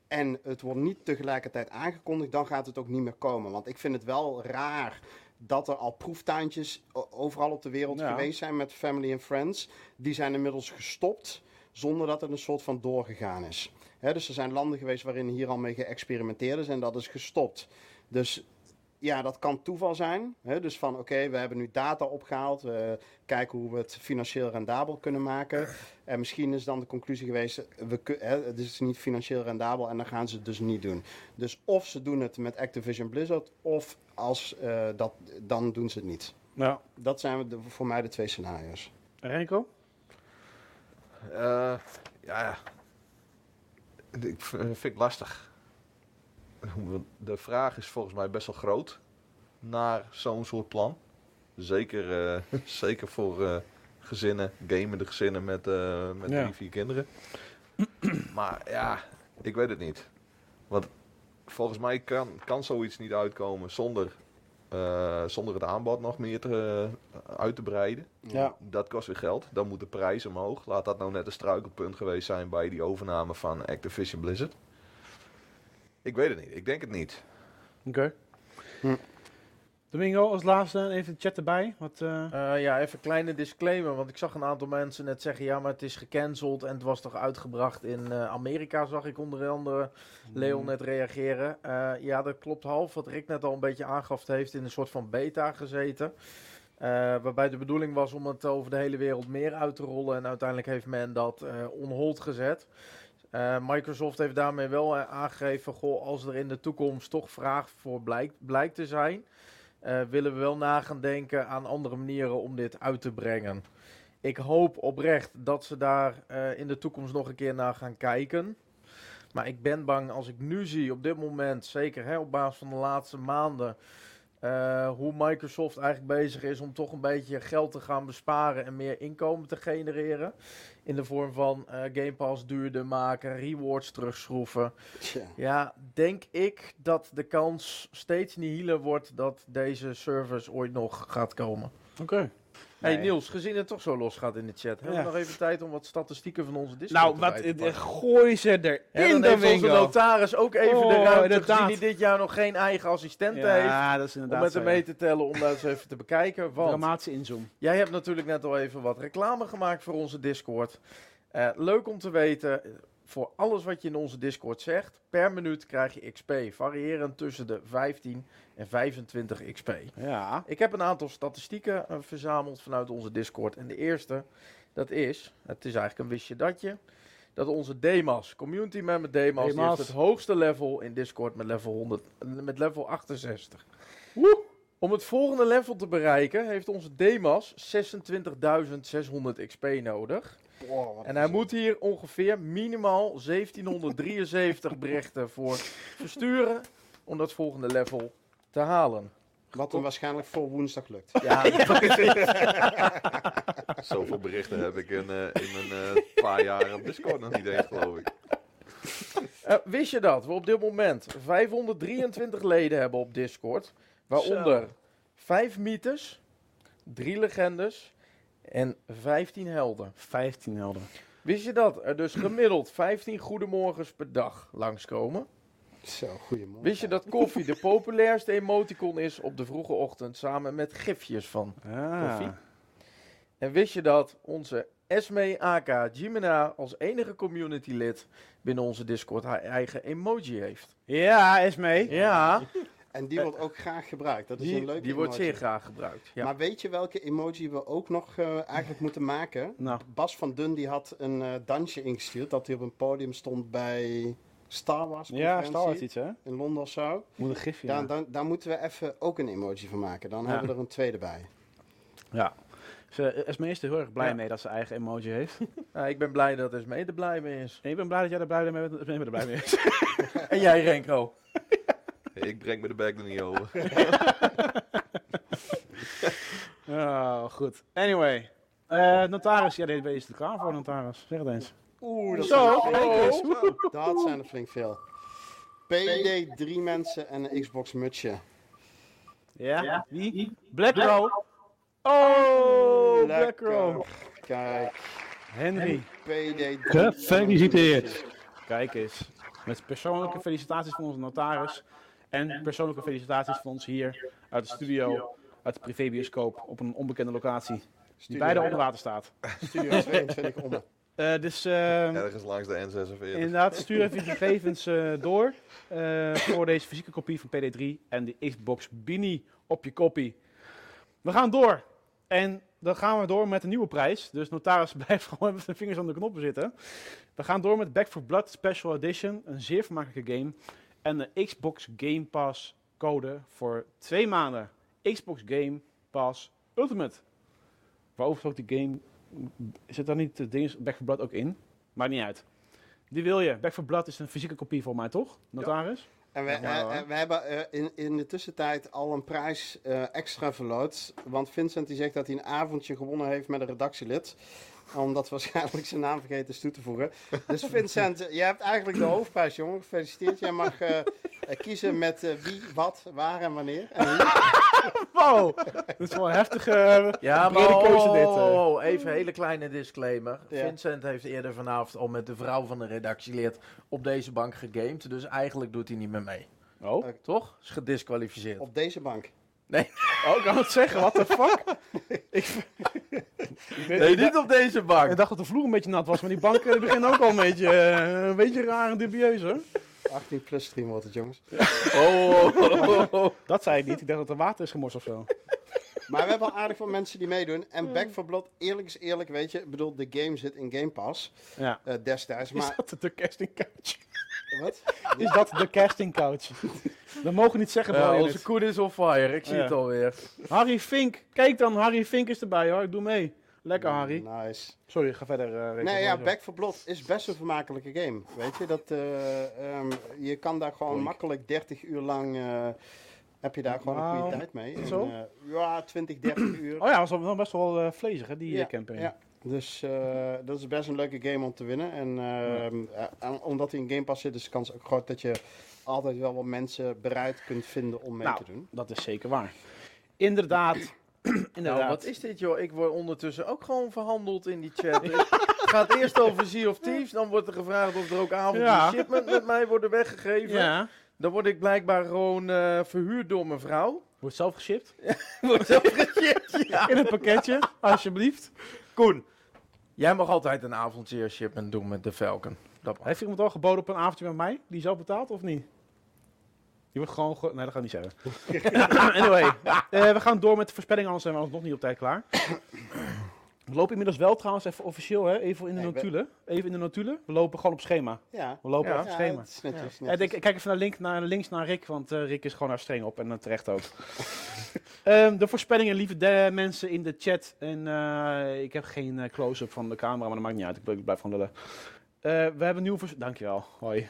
en het wordt niet tegelijkertijd aangekondigd, dan gaat het ook niet meer komen. Want ik vind het wel raar dat er al proeftuintjes overal op de wereld geweest zijn met Family and Friends. Die zijn inmiddels gestopt zonder dat het een soort van doorgegaan is. Dus er zijn landen geweest waarin hier al mee geëxperimenteerd is en dat is gestopt. Dus ja, dat kan toeval zijn. Dus van oké, we hebben nu data opgehaald. We kijken hoe we het financieel rendabel kunnen maken. En misschien is dan de conclusie geweest, het is niet financieel rendabel en dan gaan ze het dus niet doen. Dus of ze doen het met Activision Blizzard, of dan doen ze het niet. Ja. Dat zijn voor mij de 2 scenario's. Renko? Ik vind het lastig. De vraag is volgens mij best wel groot naar zo'n soort plan. Zeker voor gezinnen, gamende gezinnen met 3-4 kinderen. Maar ja, ik weet het niet. Want volgens mij kan zoiets niet uitkomen zonder het aanbod nog meer uit te breiden. Ja. Dat kost weer geld. Dan moet de prijs omhoog. Laat dat nou net een struikelpunt geweest zijn bij die overname van Activision Blizzard. Ik weet het niet. Ik denk het niet. Oké. Domingo, als laatste even de chat erbij. Even een kleine disclaimer, want ik zag een aantal mensen net zeggen, ja, maar het is gecanceld en het was toch uitgebracht in Amerika, zag ik onder andere Leon net reageren. Ja, dat klopt half. Wat Rick net al een beetje aangaf, het heeft in een soort van beta gezeten. Waarbij de bedoeling was om het over de hele wereld meer uit te rollen en uiteindelijk heeft men dat on hold gezet. Microsoft heeft daarmee wel aangegeven, als er in de toekomst toch vraag voor blijkt te zijn, willen we wel na gaan denken aan andere manieren om dit uit te brengen. Ik hoop oprecht dat ze daar in de toekomst nog een keer naar gaan kijken. Maar ik ben bang, als ik nu zie op dit moment, zeker op basis van de laatste maanden, hoe Microsoft eigenlijk bezig is om toch een beetje geld te gaan besparen en meer inkomen te genereren. In de vorm van Game Pass duurder maken, rewards terugschroeven. Ja, denk ik dat de kans steeds nihieler wordt dat deze service ooit nog gaat komen. Oké. Hey Niels, gezien het toch zo los gaat in de chat, hebben we nog even tijd om wat statistieken van onze Discord te pakken? Gooi ze erin, dan heeft onze notaris ook even de ruimte gezien die dit jaar nog geen eigen assistenten heeft. Dat is inderdaad om met hem mee te tellen, om dat eens even te bekijken. Want dramatische inzoom. Jij hebt natuurlijk net al even wat reclame gemaakt voor onze Discord. Leuk om te weten, voor alles wat je in onze Discord zegt, per minuut krijg je XP. Variërend tussen de 15 en 25 XP. Ja. Ik heb een aantal statistieken verzameld vanuit onze Discord. En de eerste, het is eigenlijk een wistje datje, dat onze Demas, community member Demas, die heeft het hoogste level in Discord met level 68. Woe! Om het volgende level te bereiken heeft onze Demas 26.600 XP nodig. Wow, en hij moet hier ongeveer minimaal 1773 berichten voor versturen om dat volgende level te halen. Wat dan waarschijnlijk voor woensdag lukt. Ja, Zoveel berichten heb ik in een paar jaar op Discord nog niet eens, geloof ik. Wist je dat we op dit moment 523 leden hebben op Discord? Waaronder 5 mythes, 3 legendes en 15 helden. 15 helden. Wist je dat er dus gemiddeld 15 goedemorgens per dag langskomen? Zo, goedemorgen. Wist je dat koffie de populairste emoticon is op de vroege ochtend samen met gifjes van koffie? En wist je dat onze Esme aka Jimena als enige community lid binnen onze Discord haar eigen emoji heeft? Ja, Esme. Ja. En die wordt ook graag gebruikt. Dat is een leuke Die wordt emoji. zeer graag gebruikt. Ja. Maar weet je welke emoji we ook nog eigenlijk moeten maken? Nou. Bas van Dun die had een dansje ingestuurd dat hij op een podium stond bij Star Wars conferentie. Ja, Star Wars iets, hè? In Londen of zo. Moet een gifje. Daar moeten we even ook een emoji van maken. Dan hebben we er een tweede bij. Ja. Esme is er heel erg blij mee dat ze eigen emoji heeft. Ik ben blij dat Esme er blij mee is. En ik ben blij dat jij er blij mee bent, dat Esme er blij mee is. En jij, Renko? Ik breng me de bek er niet over. Oh, goed. Anyway. Notaris, ja, deze is er klaar voor, notaris. Zeg het eens. Oeh, dat Zo, zijn kijk eens. Dat zijn er flink veel. PD, 3 mensen en een Xbox mutsje. Ja? Wie? Black Row. Oh, Black Lekker. Row. Kijk. Henry. PD, 3 Gefeliciteerd. Kijk eens. Met persoonlijke felicitaties van onze notaris. En persoonlijke felicitaties van ons hier uit de studio, uit de privébioscoop op een onbekende locatie. Die beide onder water staat. Studio 22 onder. Ergens langs de N46. Inderdaad, stuur even je gegevens door voor deze fysieke kopie van PD3 en de Xbox Beanie op je kopie. We gaan door. En dan gaan we door met een nieuwe prijs. Dus notaris blijft gewoon met zijn vingers aan de knoppen zitten. We gaan door met Back 4 Blood Special Edition. Een zeer vermakelijke game. En de Xbox Game Pass code voor 2 maanden. Xbox Game Pass Ultimate. Waarover ook die game... Zit daar niet de Back 4 Blood ook in? Maakt niet uit. Die wil je. Back 4 Blood is een fysieke kopie voor mij, toch? Notaris? En we hebben in de tussentijd al een prijs extra verloot. Want Vincent die zegt dat hij een avondje gewonnen heeft met een redactielid. Omdat waarschijnlijk zijn naam vergeten is toe te voegen. Dus Vincent, jij hebt eigenlijk de hoofdprijs, jongen. Gefeliciteerd. Jij mag kiezen met wie, wat, waar en wanneer. En wow, dat is wel een heftige brede keuze dit. Even een hele kleine disclaimer. Ja. Vincent heeft eerder vanavond al met de vrouw van een redactielid op deze bank gegamed. Dus eigenlijk doet hij niet meer mee. Oh, Toch? Is gedisqualificeerd. op deze bank. ik kan het zeggen. What the fuck? Nee, niet op deze bank. Ik dacht dat de vloer een beetje nat was, maar die bank die begint ook al een beetje raar en dubieus, hoor. 18 plus stream wordt het, jongens. Dat zei ik niet. Ik dacht dat er water is gemorst of zo. Maar we hebben al aardig veel mensen die meedoen. En Back 4 Blood, eerlijk is eerlijk, weet je. Ik bedoel, de game zit in Game Pass Ja. destijds. Is Maar dat de casting couch? wat? Is dat de casting couch? Dat mogen we niet zeggen. Ja, voor onze koe is on fire. Ik zie het alweer. Harry Fink. Kijk dan, Harry Fink is erbij, hoor. Ik doe mee. Lekker, Harry. Nice. Sorry, ga verder. Nee, ja, Back 4 Blood is best een vermakelijke game. Weet je, je kan daar gewoon makkelijk 30 uur lang... heb je daar gewoon een goede tijd mee. En, Zo? ja, 20 , 30 uur. Oh ja, dat was wel best wel vlezig, hè, die campaign. Ja. Dus dat is best een leuke game om te winnen. En omdat hij in Game Pass zit, is de kans ook groot dat je altijd wel wat mensen bereid kunt vinden om mee te doen. Dat is zeker waar. Inderdaad. Nou, wat is dit, joh? Ik word ondertussen ook gewoon verhandeld in die chat. Het gaat eerst over Sea of Thieves, dan wordt er gevraagd of er ook avondjes shipment met mij worden weggegeven. Ja. Dan word ik blijkbaar gewoon verhuurd door mijn vrouw. Wordt zelf geshipped? Wordt zelf geshipped, ja. In een pakketje, alsjeblieft. Koen, jij mag altijd een avondje shipment doen met de Falcon. Dat mag. Heeft iemand al geboden op een avondje met mij? Die zelf betaalt of niet? Je wordt gewoon... Nee, dat ga ik niet zeggen. Anyway, we gaan door met de voorspellingen, anders zijn we nog niet op tijd klaar. We lopen inmiddels wel trouwens even officieel, hè? Even in de notulen. We lopen gewoon op schema. Ja. We lopen op schema. Het is netjes. Ik kijk even naar links naar Rick, want Rick is gewoon daar streng op en terecht ook. De voorspellingen, lieve mensen in de chat. En ik heb geen close-up van de camera, maar dat maakt niet uit. Ik blijf gewoon lullen. We hebben een nieuwe Dankjewel. Hoi.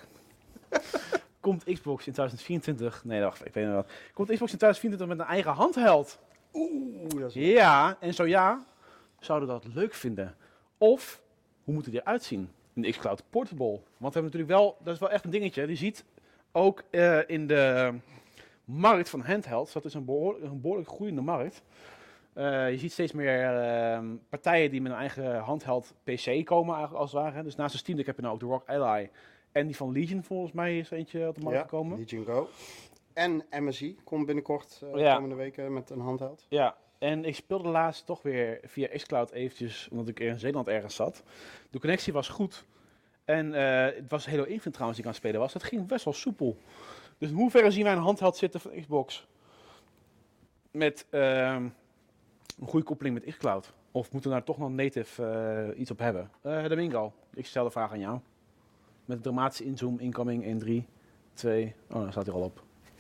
Komt Xbox in 2024... Nee, wacht, ik weet niet wat. Komt Xbox in 2024 met een eigen handheld? Oeh, dat is Ja, en zo ja, zouden we dat leuk vinden. Of, hoe moet het eruit zien? Een xCloud Portable. Want we hebben natuurlijk wel, dat is wel echt een dingetje. Je ziet ook in de markt van handhelds, dat is een behoorlijk groeiende markt. Je ziet steeds meer partijen die met een eigen handheld PC komen, eigenlijk als het ware. Dus naast de Steam Deck heb je nou ook de ROG Ally. En die van Legion volgens mij is eentje op de markt gekomen. Legion Go. En MSI komt binnenkort komende weken met een handheld. Ja, en ik speelde laatst toch weer via xCloud eventjes, omdat ik in Zeeland ergens zat. De connectie was goed. En het was Halo Infinite trouwens die ik aan het spelen was. Dat ging best wel soepel. Dus in hoeverre zien wij een handheld zitten van Xbox? Met een goede koppeling met xCloud. Of moeten we daar toch nog native iets op hebben? Domingo, ik stel de vraag aan jou. Met dramatische inzoom, incoming, 1, 3, 2... Oh, dan staat hij al op.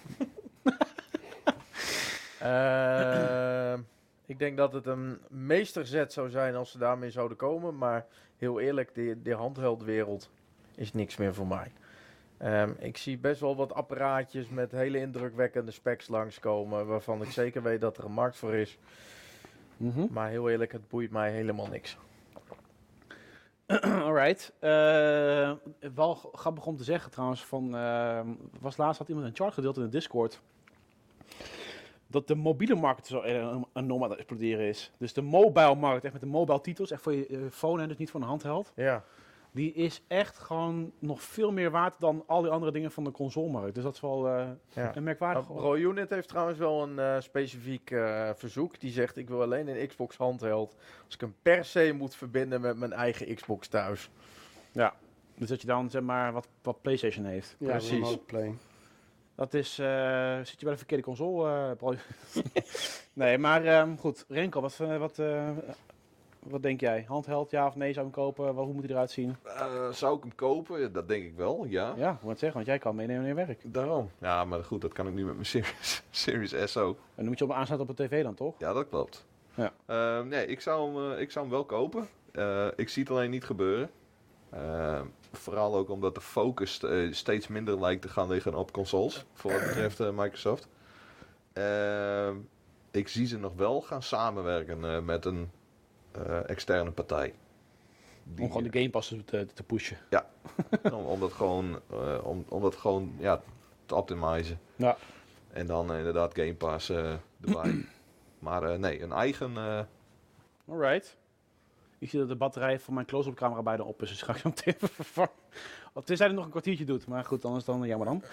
Ik denk dat het een meesterzet zou zijn als ze daarmee zouden komen. Maar heel eerlijk, de handheldwereld is niks meer voor mij. Ik zie best wel wat apparaatjes met hele indrukwekkende specs langskomen. Waarvan ik zeker weet dat er een markt voor is. Mm-hmm. Maar heel eerlijk, het boeit mij helemaal niks. Alright. Wel grappig om te zeggen trouwens. Laatst had iemand een chart gedeeld in de Discord. Dat de mobiele markt zo enorm aan het exploderen is. Dus de mobile markt, echt met de mobile titels, echt voor je phone en dus niet voor een handheld. Ja. die is echt gewoon nog veel meer waard dan al die andere dingen van de consolemarkt. Dus dat is wel een merkwaardig. ProUnit heeft trouwens wel een specifiek verzoek. Die zegt, ik wil alleen een Xbox handheld als ik hem per se moet verbinden met mijn eigen Xbox thuis. Ja, dus dat je dan zeg maar wat PlayStation heeft. Ja, precies. Remote Play. Dat is, zit je bij de verkeerde console? Nee, maar goed. Renko, wat denk jij? Handheld, ja of nee? Zou je hem kopen? Hoe moet hij eruit zien? Zou ik hem kopen? Dat denk ik wel, ja. Ja, ik moet het zeggen, want jij kan meenemen naar je werk. Daarom. Ja, maar goed, dat kan ik nu met mijn Series S ook. En dan moet je op aansluiten op de tv dan, toch? Ja, dat klopt. Ja. Nee, ik zou hem wel kopen. Ik zie het alleen niet gebeuren. Vooral ook omdat de focus steeds minder lijkt te gaan liggen op consoles. Voor wat betreft Microsoft. Ik zie ze nog wel gaan samenwerken met een externe partij. Om gewoon de Game Pass te pushen. Ja, om dat gewoon te optimizen. Ja. En dan inderdaad Game Pass erbij. Maar nee, een eigen... Alright. Ik zie dat de batterij van mijn close-up camera bijna op is, dus ga ik zo meteen even vervangen. Tenzij het nog een kwartiertje doet, maar goed, anders dan jammer dan.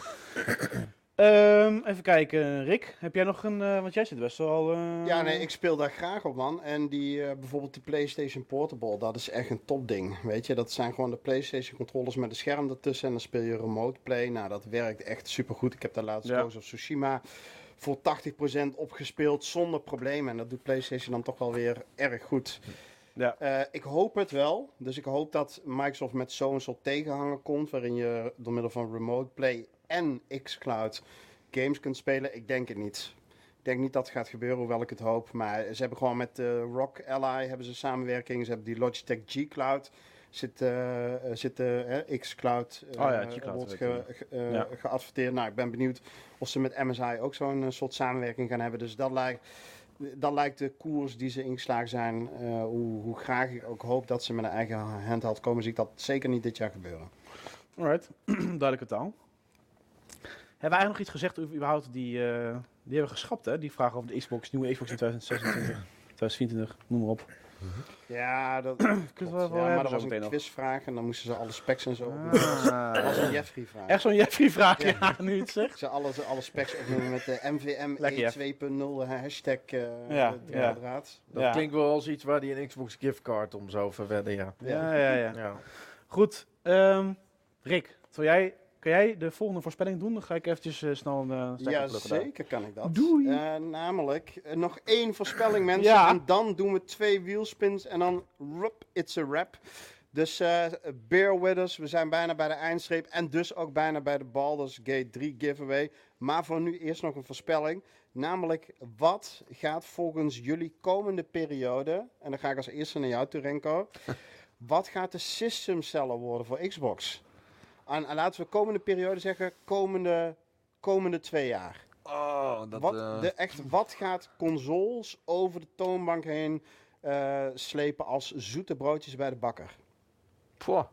Even kijken, Rick, heb jij nog een, want jij zit best wel... Ja, nee, ik speel daar graag op, man. En bijvoorbeeld die PlayStation Portable, dat is echt een topding, weet je. Dat zijn gewoon de PlayStation controllers met een scherm ertussen en dan speel je remote play. Nou, dat werkt echt supergoed. Ik heb daar laatst Ghost of Tsushima voor 80% opgespeeld zonder problemen. En dat doet PlayStation dan toch wel weer erg goed. Ja. Ik hoop het wel. Dus ik hoop dat Microsoft met zo'n soort tegenhanger komt, waarin je door middel van remote play en xCloud games kunt spelen. Ik denk het niet. Ik denk niet dat het gaat gebeuren, hoewel ik het hoop. Maar ze hebben gewoon met Rock Ally hebben ze samenwerking. Ze hebben die Logitech G-Cloud. xCloud wordt geadverteerd. Nou, ik ben benieuwd of ze met MSI ook zo'n soort samenwerking gaan hebben. Dus dat lijkt de koers die ze ingeslagen zijn. Hoe graag ik ook hoop dat ze met een eigen handheld komen, zie ik dat zeker niet dit jaar gebeuren. Alright, duidelijke taal. Hebben wij nog iets gezegd over überhaupt die hebben we geschrapt, hè? Die vraag over de nieuwe Xbox in 2026, 2024, noem maar op. Ja, dat maar dat was een quizvraag en dan moesten ze alle specs en zo. Dat was een Jeffrey-vraag. Echt zo'n Jeffrey-vraag, ja, nu het zegt. Ze alle specs opnoemen met de MVM E2.0 hashtag draad. Dat klinkt wel als iets waar die een Xbox giftcard om zou verwedden, ja. Ja. Goed, Rick, kan jij de volgende voorspelling doen? Dan ga ik eventjes snel een ja, zeker kan ik dat. Doei! Namelijk, nog 1 voorspelling, mensen. Ja. En dan doen we 2 wheelspins en dan it's a wrap. Dus bear with us. We zijn bijna bij de eindstreep. En dus ook bijna bij de Baldur's Gate 3 giveaway. Maar voor nu eerst nog een voorspelling. Namelijk, wat gaat volgens jullie komende periode... En dan ga ik als eerste naar jou toe, Renko. Wat gaat de system seller worden voor Xbox? En laten we komende periode zeggen, komende 2 jaar. Oh, wat gaat consoles over de toonbank heen slepen als zoete broodjes bij de bakker? Poh.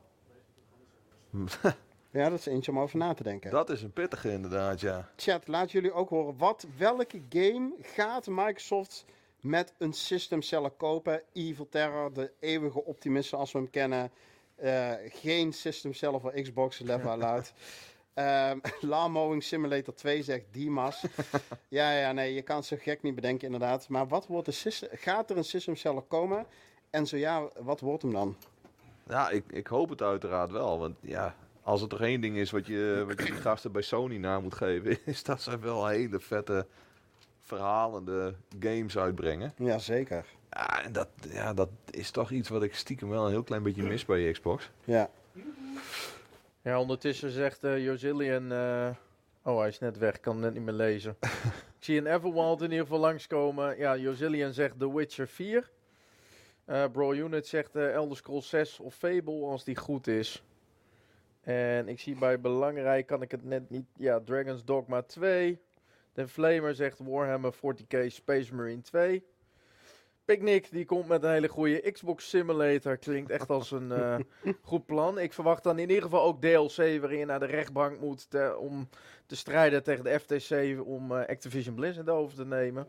Ja, dat is eentje om over na te denken. Dat is een pittige inderdaad, ja. Chat, laat jullie ook horen. Welke game gaat Microsoft met een system seller kopen? Evil Terror, de eeuwige optimist als we hem kennen. Geen system seller voor Xbox, laugh out loud. Lawn Mowing Simulator 2 zegt Dimas. Nee, je kan het zo gek niet bedenken inderdaad. Maar gaat er een system seller komen? En zo ja, wat wordt hem dan? Ja, ik hoop het uiteraard wel. Want ja, als er toch één ding is wat je die gasten bij Sony na moet geven, is dat ze wel hele vette verhalende games uitbrengen. Ja, zeker. Ja, en dat is toch iets wat ik stiekem wel een heel klein beetje mis bij Xbox. Ja. Ja, ondertussen zegt Jozillian... hij is net weg, ik kan het net niet meer lezen. Ik zie een Everwild in ieder geval langskomen. Ja, Jozillian zegt The Witcher 4. ProUnit zegt Elder Scrolls 6 of Fable als die goed is. En ik zie bij belangrijk, kan ik het net niet... Ja, Dragon's Dogma 2. De Flamer zegt Warhammer 40k Space Marine 2. Picnic, die komt met een hele goede Xbox Simulator. Klinkt echt als een goed plan. Ik verwacht dan in ieder geval ook DLC waarin je naar de rechtbank moet om te strijden tegen de FTC om Activision Blizzard over te nemen.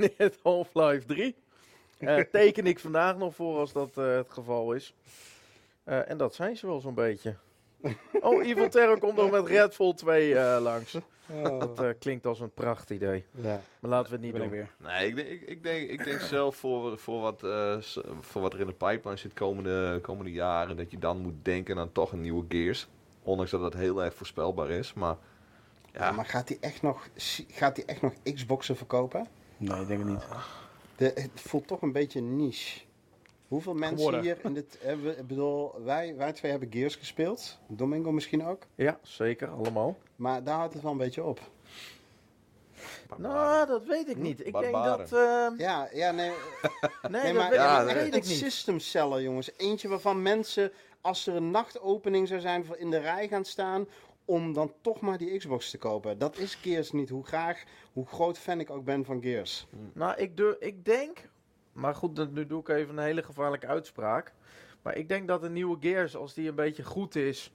Half-Life 3. Teken ik vandaag nog voor als dat het geval is. En dat zijn ze wel zo'n beetje. Oh, Evil Terror komt nog met Redfall 2 langs. Dat klinkt als een prachtidee. Ja. Maar laten we het niet doen. Weer. Nee, ik denk zelf voor wat er in de pipeline zit komende jaren, dat je dan moet denken aan toch een nieuwe Gears. Ondanks dat het heel erg voorspelbaar is, maar... Ja, maar gaat hij echt nog Xboxen verkopen? Nee, ik denk het niet. Het voelt toch een beetje niche. Hoeveel mensen Geworden. hier in dit... Ik bedoel, wij twee hebben Gears gespeeld. Domingo misschien ook. Ja, zeker, allemaal. Maar daar houdt het wel een beetje op. Nou, dat weet ik niet. Ik denk Barbaren. dat... Ja, nee. nee, maar dat weet een ik niet. system seller, jongens. Eentje waarvan mensen, als er een nachtopening zou zijn, voor in de rij gaan staan om dan toch maar die Xbox te kopen. Dat is Gears niet. Hoe groot fan ik ook ben van Gears. Nou, ik denk... Maar goed, nu doe ik even een hele gevaarlijke uitspraak. Maar ik denk dat een nieuwe Gears, als die een beetje goed is...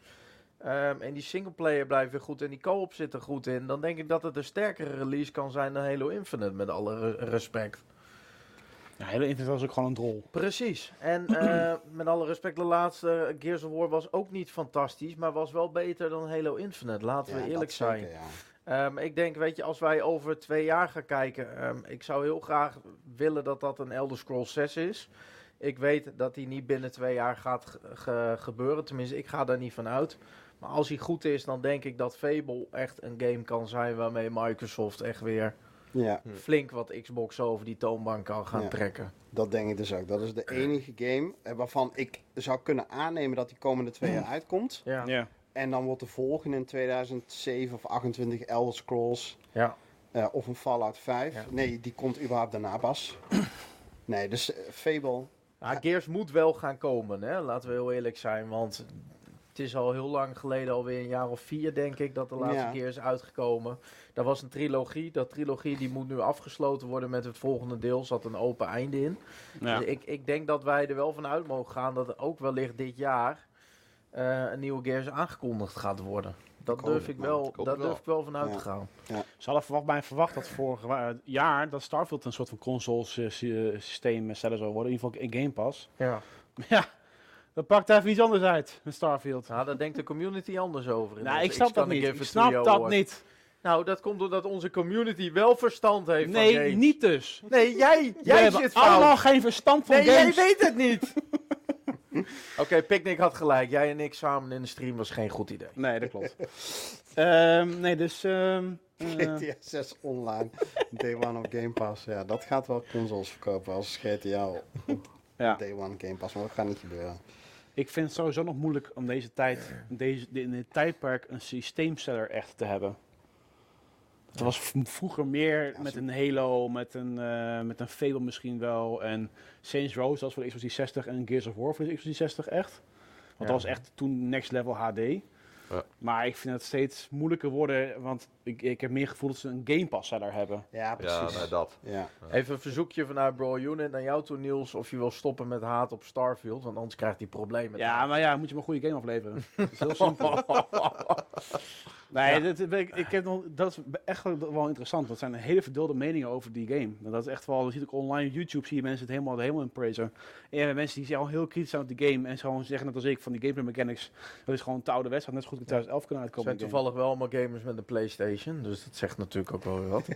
en die singleplayer blijft weer goed en die co-op zit er goed in... dan denk ik dat het een sterkere release kan zijn dan Halo Infinite, met alle respect. Ja, Halo Infinite was ook gewoon een drol. Precies. En met alle respect, de laatste Gears of War was ook niet fantastisch... maar was wel beter dan Halo Infinite, laten we eerlijk dat zijn. zeker, ja. Ik denk, weet je, als wij over 2 jaar gaan kijken... ik zou heel graag willen dat dat een Elder Scrolls 6 is. Ik weet dat die niet binnen 2 jaar gaat gebeuren. Tenminste, ik ga daar niet van uit. Maar als hij goed is, dan denk ik dat Fable echt een game kan zijn... waarmee Microsoft echt weer Ja, flink wat Xbox over die toonbank kan gaan trekken. dat denk ik dus ook. Dat is de enige game waarvan ik zou kunnen aannemen dat die komende 2 jaar uitkomt. Ja. Ja. En dan wordt de volgende in 2007 of 28 Elder Scrolls Ja. of een Fallout 5. Ja. Nee, die komt überhaupt daarna pas. Nee, dus Fable... Nou, Gears moet wel gaan komen, hè? Laten we heel eerlijk zijn, want het is al heel lang geleden, alweer een jaar of 4 denk ik, dat de laatste Ja. keer is uitgekomen. Dat was een trilogie. Dat trilogie die moet nu afgesloten worden met het volgende deel. Zat een open einde in. Ja. Dus ik denk dat wij er wel van uit mogen gaan dat er ook wellicht dit jaar een nieuwe Gears aangekondigd gaat worden. Dat durf ik wel van uit te gaan. Ze hadden verwacht dat vorig jaar dat Starfield een soort van consoles systeem stellen zou worden. In ieder geval in Game Pass. Ja. Ja, dat pakt even iets anders uit met Starfield. Nou, daar denkt de community anders over. Nou, ik snap dat niet. Ik snap dat niet. Nou, dat komt doordat onze community wel verstand heeft van games. Nee, niet dus. Nee, jij We hebben zit fout. allemaal geen verstand van Nee, games. jij weet het niet. Oké, Picnic had gelijk. Jij en ik samen in de stream was geen goed idee. Nee, dat klopt. Nee, dus... GTA 6 online, Day One op Game Pass. Ja, dat gaat wel consoles verkopen als GTA op ja. Day One Game Pass. Maar dat gaat niet gebeuren. Ik vind het sowieso nog moeilijk om deze tijd, in dit tijdperk, een systeemseller echt te hebben. Het was vroeger meer met een Halo, met een Fable misschien wel. En Saints Row, dat was voor de Xbox 360 en Gears of War voor de Xbox 360 echt. Want dat was echt toen next level HD. Ja. Maar ik vind het steeds moeilijker worden, want ik heb meer gevoel dat ze een Game Pass seller hebben. Ja, precies. Ja, nee, dat. Ja. Even een verzoekje vanuit Brawl Unit naar jou toe, Niels, of je wil stoppen met haat op Starfield, want anders krijgt hij problemen. Ja, maar ja, moet je maar een goede game afleveren. Dat is heel simpel. Nee, dat is echt wel interessant. Dat zijn hele verdeelde meningen over die game. En dat is echt wel, je ziet ook online, YouTube zie je mensen het helemaal in praisen. En je hebt mensen die zijn al heel kritisch aan die game en gewoon zeggen, net als ik, van die gameplay mechanics, dat is gewoon te oude wedstrijd, net zo goed in 2011 kunnen Er uitkomen. zijn toevallig wel allemaal gamers met een PlayStation, dus dat zegt natuurlijk ook wel weer wat.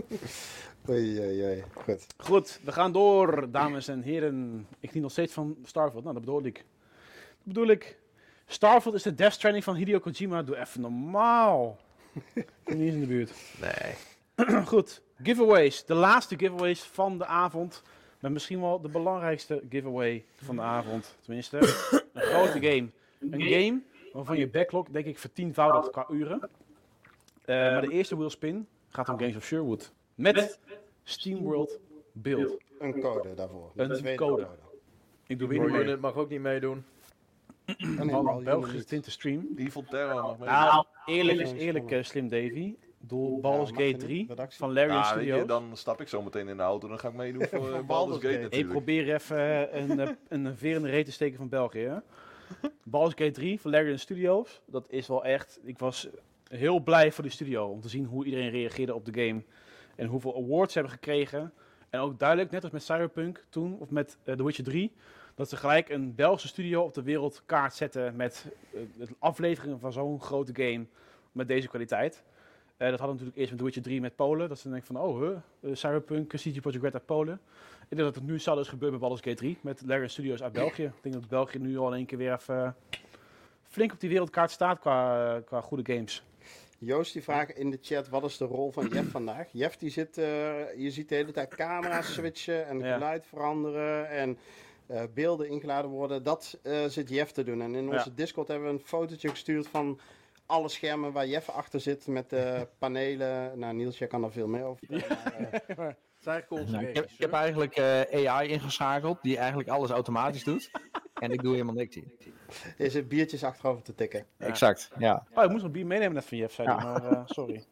Oei. Goed. Goed, we gaan door, dames en heren. Ik geniet nog steeds van Starfield. Nou, dat bedoel ik. Starfield is de Death Stranding van Hideo Kojima. Doe even normaal. Kom niet eens in de buurt. Nee. Goed, giveaways. De laatste giveaways van de avond. Met misschien wel de belangrijkste giveaway van de avond. Tenminste, een grote game. Een game waarvan je backlog, denk ik, vertienvoudigt qua uren. Maar de eerste wheelspin gaat om Games of Sherwood. Met SteamWorld Build. Een code daarvoor. Een tweede code. Ik doe weer Brawl niet mee. Unit mag ook niet meedoen. Van Belgische tinte stream. Evil Terror nog mee. Nou, eerlijk Slim Davy. Door Baldur's Gate 3 van Larian Studios. Dan stap ik zo meteen in de auto en dan ga ik meedoen voor Baldur's Gate Ik natuurlijk. probeer even een veer in de reet te steken van België. Hè? Baldur's Gate 3 van Larian Studios. Dat is wel echt... Ik was heel blij voor die studio om te zien hoe iedereen reageerde op de game. En hoeveel awards ze hebben gekregen. En ook duidelijk, net als met Cyberpunk toen, of met The Witcher 3... dat ze gelijk een Belgische studio op de wereldkaart zetten met het afleveringen van zo'n grote game met deze kwaliteit. Dat hadden we natuurlijk eerst met The Witcher 3 met Polen. Dat ze denken van, Cyberpunk, CD Projekt Red uit Polen. Ik denk dat het nu zal dus gebeuren met Baldur's Gate 3, met Larian Studios uit België. Ik denk dat België nu al in één keer weer even flink op die wereldkaart staat qua goede games. Joost die vraagt in de chat, wat is de rol van Jeff vandaag? Jeff die zit, je ziet de hele tijd camera's switchen en geluid veranderen en beelden ingeladen worden. Dat zit Jeff te doen. En in onze Discord hebben we een fotootje gestuurd van alle schermen waar Jeff achter zit met de panelen. Nou, Niels, jij kan er veel meer over vertellen. Ik heb eigenlijk AI ingeschakeld, die eigenlijk alles automatisch doet. En ik doe helemaal niks in. Er zit biertjes achterover te tikken. Ja. Exact, ja. Oh, ik moest nog bier meenemen net van Jeff, zei hij, maar sorry.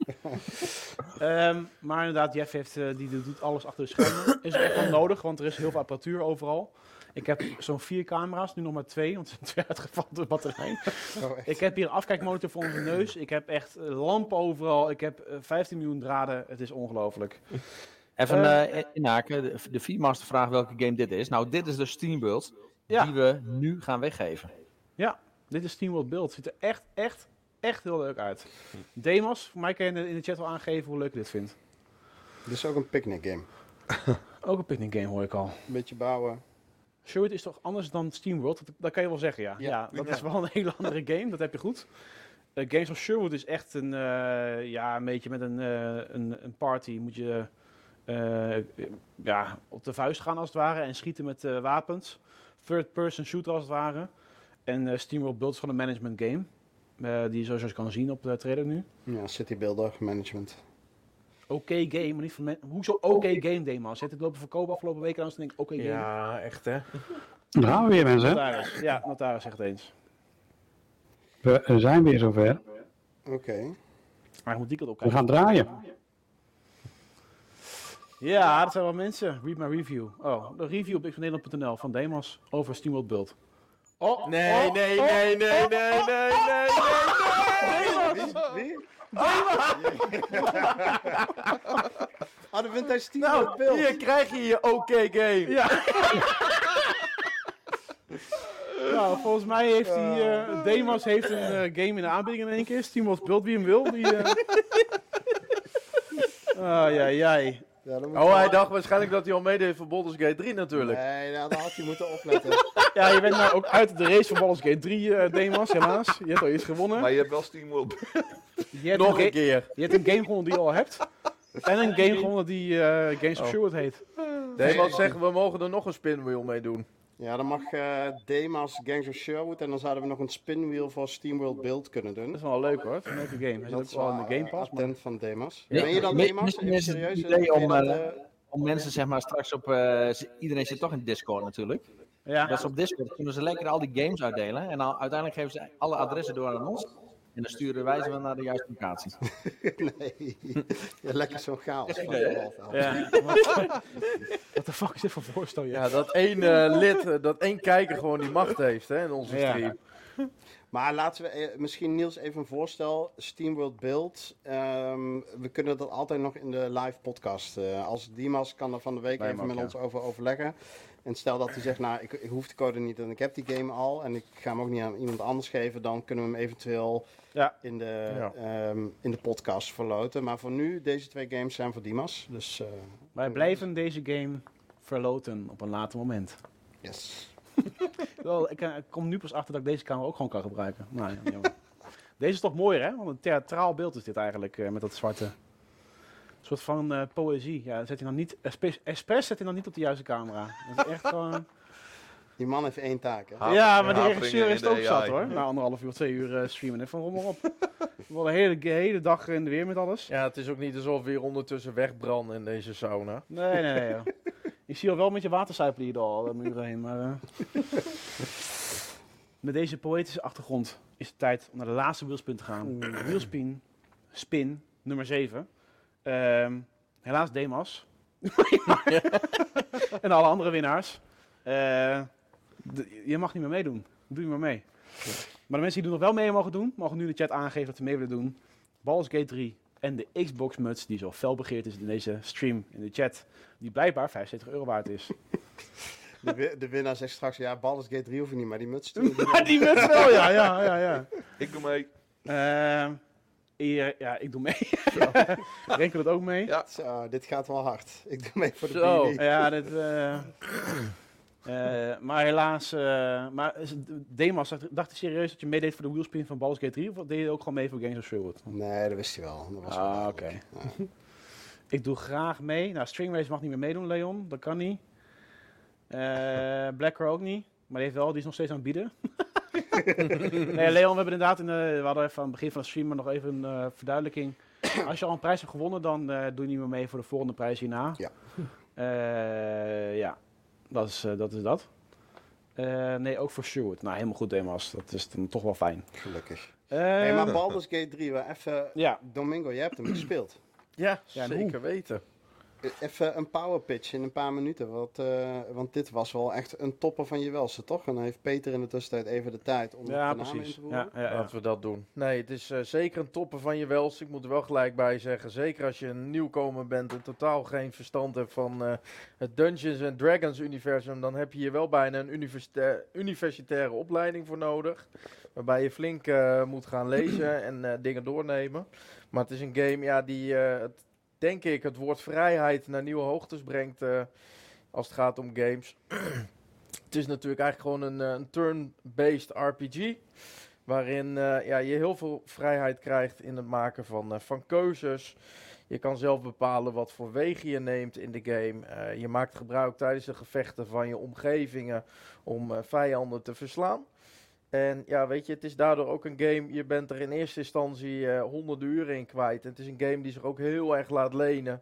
Maar inderdaad, Jeff die doet alles achter de schermen. Is ook echt wel nodig, want er is heel veel apparatuur overal. Ik heb zo'n 4 camera's, nu nog maar 2, want er zijn 2 uitgevallen door de batterij. Ik heb hier een afkijkmonitor voor onze neus. Ik heb echt lampen overal. Ik heb 15 miljoen draden. Het is ongelooflijk. Even inhaken. De Viewmaster vraagt welke game dit is. Nou, dit is de SteamWorld die we nu gaan weggeven. Ja, dit is SteamWorld Build. Ziet er echt heel leuk uit. Demas, voor mij kan je in de chat wel aangeven hoe leuk je dit vindt. Dit is ook een picnic game. Ook een picnic game hoor ik al. Een beetje bouwen. Sherwood is toch anders dan SteamWorld? Dat kan je wel zeggen, ja. Dat is wel een hele andere game, dat heb je goed. Games of Sherwood is echt een beetje met een party. Moet je op de vuist gaan als het ware en schieten met wapens. Third-person shooter als het ware. En SteamWorld Build is gewoon een management game. Die je sowieso kan zien op de trailer nu. Ja, City Builder Management. Oké game, maar niet van hoezo oké game demo? Zet het lopen verkopen afgelopen weken en dan denk ik oké game. Ja, echt hè. Daar gaan we weer mensen. Notaris zegt eens. We zijn weer zover. Oké. Maar ik moet die kant op We kijken. gaan draaien. Ja, dat zijn wel mensen. Read my review. Oh, de review op xnederland.nl van Demas over SteamWorld Build. Oh, Nee. Wie? Dat vindt hij SteamWorld Build. Hier krijg je je oké game. Ja. Nou, volgens mij heeft Demas heeft een game in de aanbieding in één keer. SteamWorld Build, wie hem wil. Jij. Ja, hij dacht waarschijnlijk dat hij al meedeed voor Baldur's Gate 3 natuurlijk. Nee, nou, daar had je moeten opletten. Ja, je bent nou ook uit de race van Baldur's Gate 3, Demas, helaas. Je hebt al iets gewonnen. Maar je hebt wel SteamWorld. Nog een keer. Je hebt een game gewonnen die je al hebt. En een game gewonnen die Games of Sherwood heet. Demas zeggen we mogen er nog een spinwheel mee doen. Ja, dan mag Demas Gangs of Sherwood en dan zouden we nog een spinwheel voor SteamWorld Build kunnen doen. Dat is wel leuk hoor, het is een leuke game. Hij zit ook wel in de Game Pass. Attent van Demas. Ja. Ben je dan Demas? Misschien is het serieus? idee om mensen zeg maar straks op... iedereen zit toch in Discord natuurlijk. Ja. Dat ze op Discord kunnen ze lekker al die games uitdelen. En dan uiteindelijk geven ze alle adressen door aan ons. En dan sturen wij ze wel naar de juiste locatie. Nee. Ja, lekker zo'n chaos. Ja. Wat de fuck is dit voor voorstel? Ja, dat één lid, dat één kijker gewoon die macht heeft hè, in onze stream. Maar laten we misschien Niels even een voorstel. SteamWorld Build. We kunnen dat altijd nog in de live podcast. Als Dimas kan er van de week even met ons over overleggen. En stel dat hij zegt, nou ik hoef de code niet en ik heb die game al. En ik ga hem ook niet aan iemand anders geven. Dan kunnen we hem eventueel in de podcast verloten. Maar voor nu, deze 2 games zijn voor Dimas. Dus, wij blijven deze game verloten op een later moment. Yes. Wel, ik kom nu pas achter dat ik deze camera ook gewoon kan gebruiken. Nou, ja, deze is toch mooier, hè? Want een theatraal beeld is dit eigenlijk, met dat zwarte. Een soort van poëzie. Ja, zet hij dan niet, expres zet hij dan niet op de juiste camera. Dat is echt gewoon... Die man heeft 1 taak, hè? Ja, maar die regisseur is het ook zat, hoor. Na 1,5 uur, 2 uur streamen. En van rommel op. Wel de hele dag in de weer met alles. Ja, het is ook niet alsof we hier ondertussen wegbranden in deze sauna. Nee. Ja. Ik zie al wel met je watercijpelen hier al de muren heen, maar... Met deze poëtische achtergrond is het tijd om naar de laatste wheelspin te gaan. Wheelspin nummer 7. Helaas Demas. En alle andere winnaars. Je mag niet meer meedoen. Doe je maar mee. Maar de mensen die er nog wel mee mogen doen, mogen nu in de chat aangeven dat ze mee willen doen. Baldur's Gate 3 en de Xbox muts die zo fel begeerd is in deze stream, in de chat. Die blijkbaar €75 waard is. De winnaar zegt straks, ja, Baldur's Gate 3 hoef je niet, maar die muts... Die muts wel, ja. Ik doe mee. Ja, ik doe mee. Renken het ook mee? Ja. Zo, dit gaat wel hard. Ik doe mee voor de Zo. BD. Ja, maar helaas... Demas, dacht je serieus dat je meedeed voor de wheelspin van Baldur's Gate 3? Of deed je ook gewoon mee voor Games of Sherwood? Nee, dat wist hij wel. Dat was wel Oké. duidelijk. Ja. Ik doe graag mee. Nou, String Race mag niet meer meedoen, Leon. Dat kan niet. Blacker ook niet. Maar die is nog steeds aan het bieden. Nee, Leon, we hebben inderdaad we hadden even aan het begin van de stream nog even een verduidelijking. Als je al een prijs hebt gewonnen, dan doe je niet meer mee voor de volgende prijs hierna. Ja. Ja, dat is dat. Nee, ook voor Sherwood. Nou, helemaal goed, Demas. Dat is dan toch wel fijn. Gelukkig. Hey, maar Baldur's Gate 3, Ja. Domingo, jij hebt hem gespeeld. Ja, Ja, en zeker weten. Even een power pitch in een paar minuten, want dit was wel echt een topper van je welste, toch? En dan heeft Peter in de tussentijd even de tijd om de namen in te precies. voeren. Ja. Laten we dat doen. Nee, het is zeker een topper van je wels. Ik moet er wel gelijk bij zeggen. Zeker als je een nieuwkomer bent en totaal geen verstand hebt van het Dungeons and Dragons universum. Dan heb je hier wel bijna een universitaire opleiding voor nodig. Waarbij je flink moet gaan lezen en dingen doornemen. Maar het is een game die... denk ik, het woord vrijheid naar nieuwe hoogtes brengt als het gaat om games. Het is natuurlijk eigenlijk gewoon een turn-based RPG. Waarin je heel veel vrijheid krijgt in het maken van keuzes. Je kan zelf bepalen wat voor wegen je neemt in de game. Je maakt gebruik tijdens de gevechten van je omgevingen om vijanden te verslaan. En ja, weet je, het is daardoor ook een game, je bent er in eerste instantie honderden uren in kwijt. En het is een game die zich ook heel erg laat lenen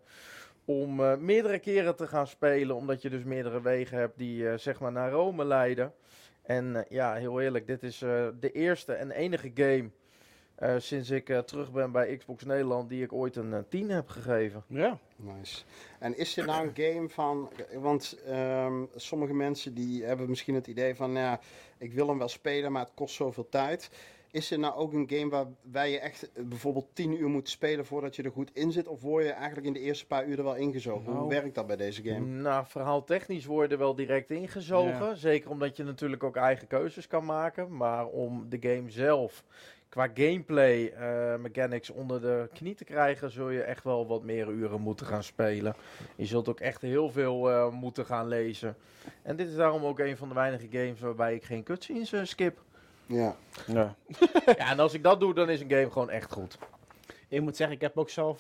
om meerdere keren te gaan spelen. Omdat je dus meerdere wegen hebt die zeg maar naar Rome leiden. En heel eerlijk, dit is de eerste en enige game sinds ik terug ben bij Xbox Nederland die ik ooit een 10 heb gegeven. Ja. Nice. En is dit nou een game van... Want sommige mensen die hebben misschien het idee van... ik wil hem wel spelen, maar het kost zoveel tijd. Is dit nou ook een game waar je echt bijvoorbeeld 10 uur moet spelen voordat je er goed in zit? Of word je eigenlijk in de eerste paar uur er wel ingezogen? Hoe werkt dat bij deze game? Nou, verhaaltechnisch word je er wel direct ingezogen. Ja. Zeker omdat je natuurlijk ook eigen keuzes kan maken. Maar om de game zelf qua gameplay mechanics onder de knie te krijgen, zul je echt wel wat meer uren moeten gaan spelen. Je zult ook echt heel veel moeten gaan lezen. En dit is daarom ook een van de weinige games waarbij ik geen cutscenes skip. Ja. Ja. Ja, en als ik dat doe, dan is een game gewoon echt goed. Ik moet zeggen, ik heb ook zelf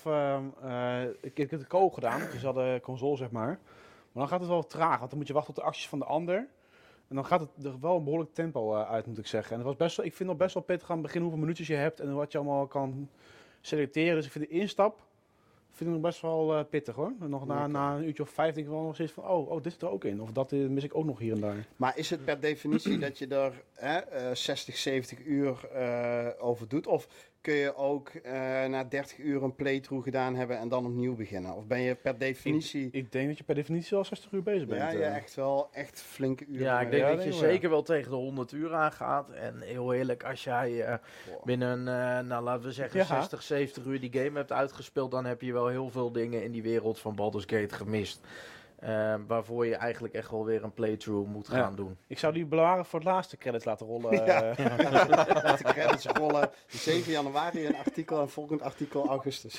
ik heb de co gedaan, dus al de console zeg maar. Maar dan gaat het wel traag, want dan moet je wachten op de acties van de ander. En dan gaat het er wel een behoorlijk tempo uit, moet ik zeggen. En het was best wel, ik vind het best wel pittig aan het begin hoeveel minuutjes je hebt en wat je allemaal kan selecteren. Dus ik vind de instap nog best wel pittig hoor. En nog na een uurtje of 5 denk ik wel nog steeds van, oh, dit zit er ook in. Of dat mis ik ook nog hier en daar. Maar is het per definitie dat je er 60, 70 uur over doet? Of kun je ook na 30 uur een playthrough gedaan hebben en dan opnieuw beginnen? Of ben je per definitie... Ik denk dat je per definitie al 60 uur bezig bent. Ja, je echt wel echt flinke uren. Ja, ik denk Ja, dat denk je ik wel, zeker wel tegen de 100 uur aangaat. En heel eerlijk, als jij binnen, laten we zeggen, 60, 70 uur die game hebt uitgespeeld, dan heb je wel heel veel dingen in die wereld van Baldur's Gate gemist. Waarvoor je eigenlijk echt wel weer een playthrough moet gaan doen. Ik zou die bewaren voor het laatste credits laten rollen. Laat de credits rollen. 7 januari een artikel en volgend artikel augustus.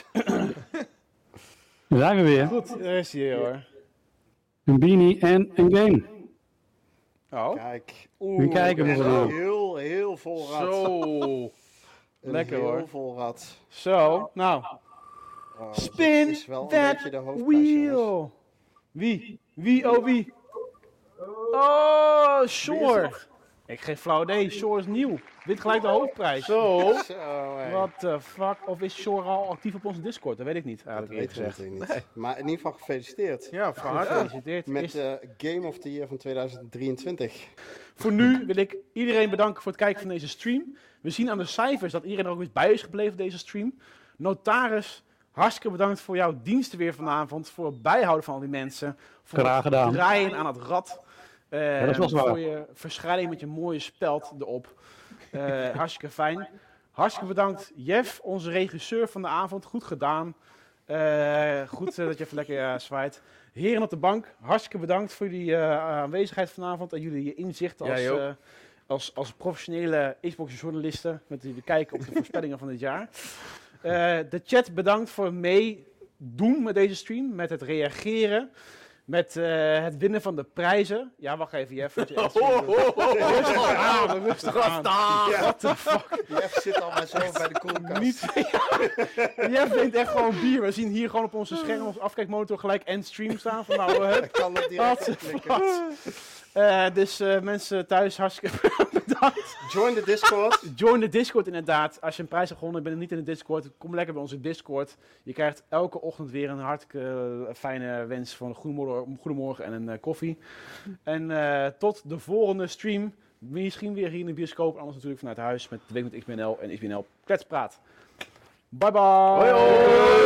Daar zijn we weer. Goed, daar is hij hoor. Een beanie en een game. Oh, Kijk. Wie kijken we zo? Heel vol rad. zo. Lekker, hoor. Heel vol rad. Zo, nou. Oh, dit Spin is wel een that beetje de hoofdprijs, jongens. wheel. Wie? Wie? Oh, wie? Oh, Shore. Ik geen flauw idee. Shore is nieuw. Wint gelijk de hoofdprijs. Zo. Zo, hey. What the fuck? Of is Shore al actief op onze Discord? Dat weet ik niet, Dat eigenlijk weten we eerlijk gezegd. natuurlijk niet. Maar in ieder geval gefeliciteerd. Ja, van harte. Gefeliciteerd. Met de Game of the Year van 2023. Voor nu wil ik iedereen bedanken voor het kijken van deze stream. We zien aan de cijfers dat iedereen er ook weer bij is gebleven deze stream. Notaris, hartstikke bedankt voor jouw diensten weer vanavond. Voor het bijhouden van al die mensen. Voor Graag gedaan. het draaien aan het rad. dat is wel zwaar. Voor je verschijning met je mooie speld erop. Hartstikke fijn. Hartstikke bedankt Jeff, onze regisseur van de avond. Goed gedaan. Goed dat je even lekker zwaait. Heren op de bank, hartstikke bedankt voor jullie aanwezigheid vanavond en jullie inzicht als professionele Xbox-journalisten met jullie kijken op de voorspellingen van dit jaar. De chat bedankt voor het meedoen met deze stream, met het reageren, met het winnen van de prijzen. Ja, wacht even, Jeff. Rustig aan. What the fuck? Jeff zit al maar zo bij de koelkast. Jeff neemt echt gewoon bier. We zien hier gewoon op onze scherm, op onze afkijkmonitor gelijk end stream staan. Van nou, kan het direct klikken. Dus mensen thuis, hartstikke bedankt. Join de Discord. Join de Discord inderdaad. Als je een prijs hebt gewonnen en bent niet in de Discord, kom lekker bij onze Discord. Je krijgt elke ochtend weer een hartstikke fijne wens van een goedemorgen en een koffie. En tot de volgende stream. Misschien weer hier in de bioscoop, anders natuurlijk vanuit huis met de Week met XBNL en XBNL Kletspraat. Bye bye! Hoi, hoi.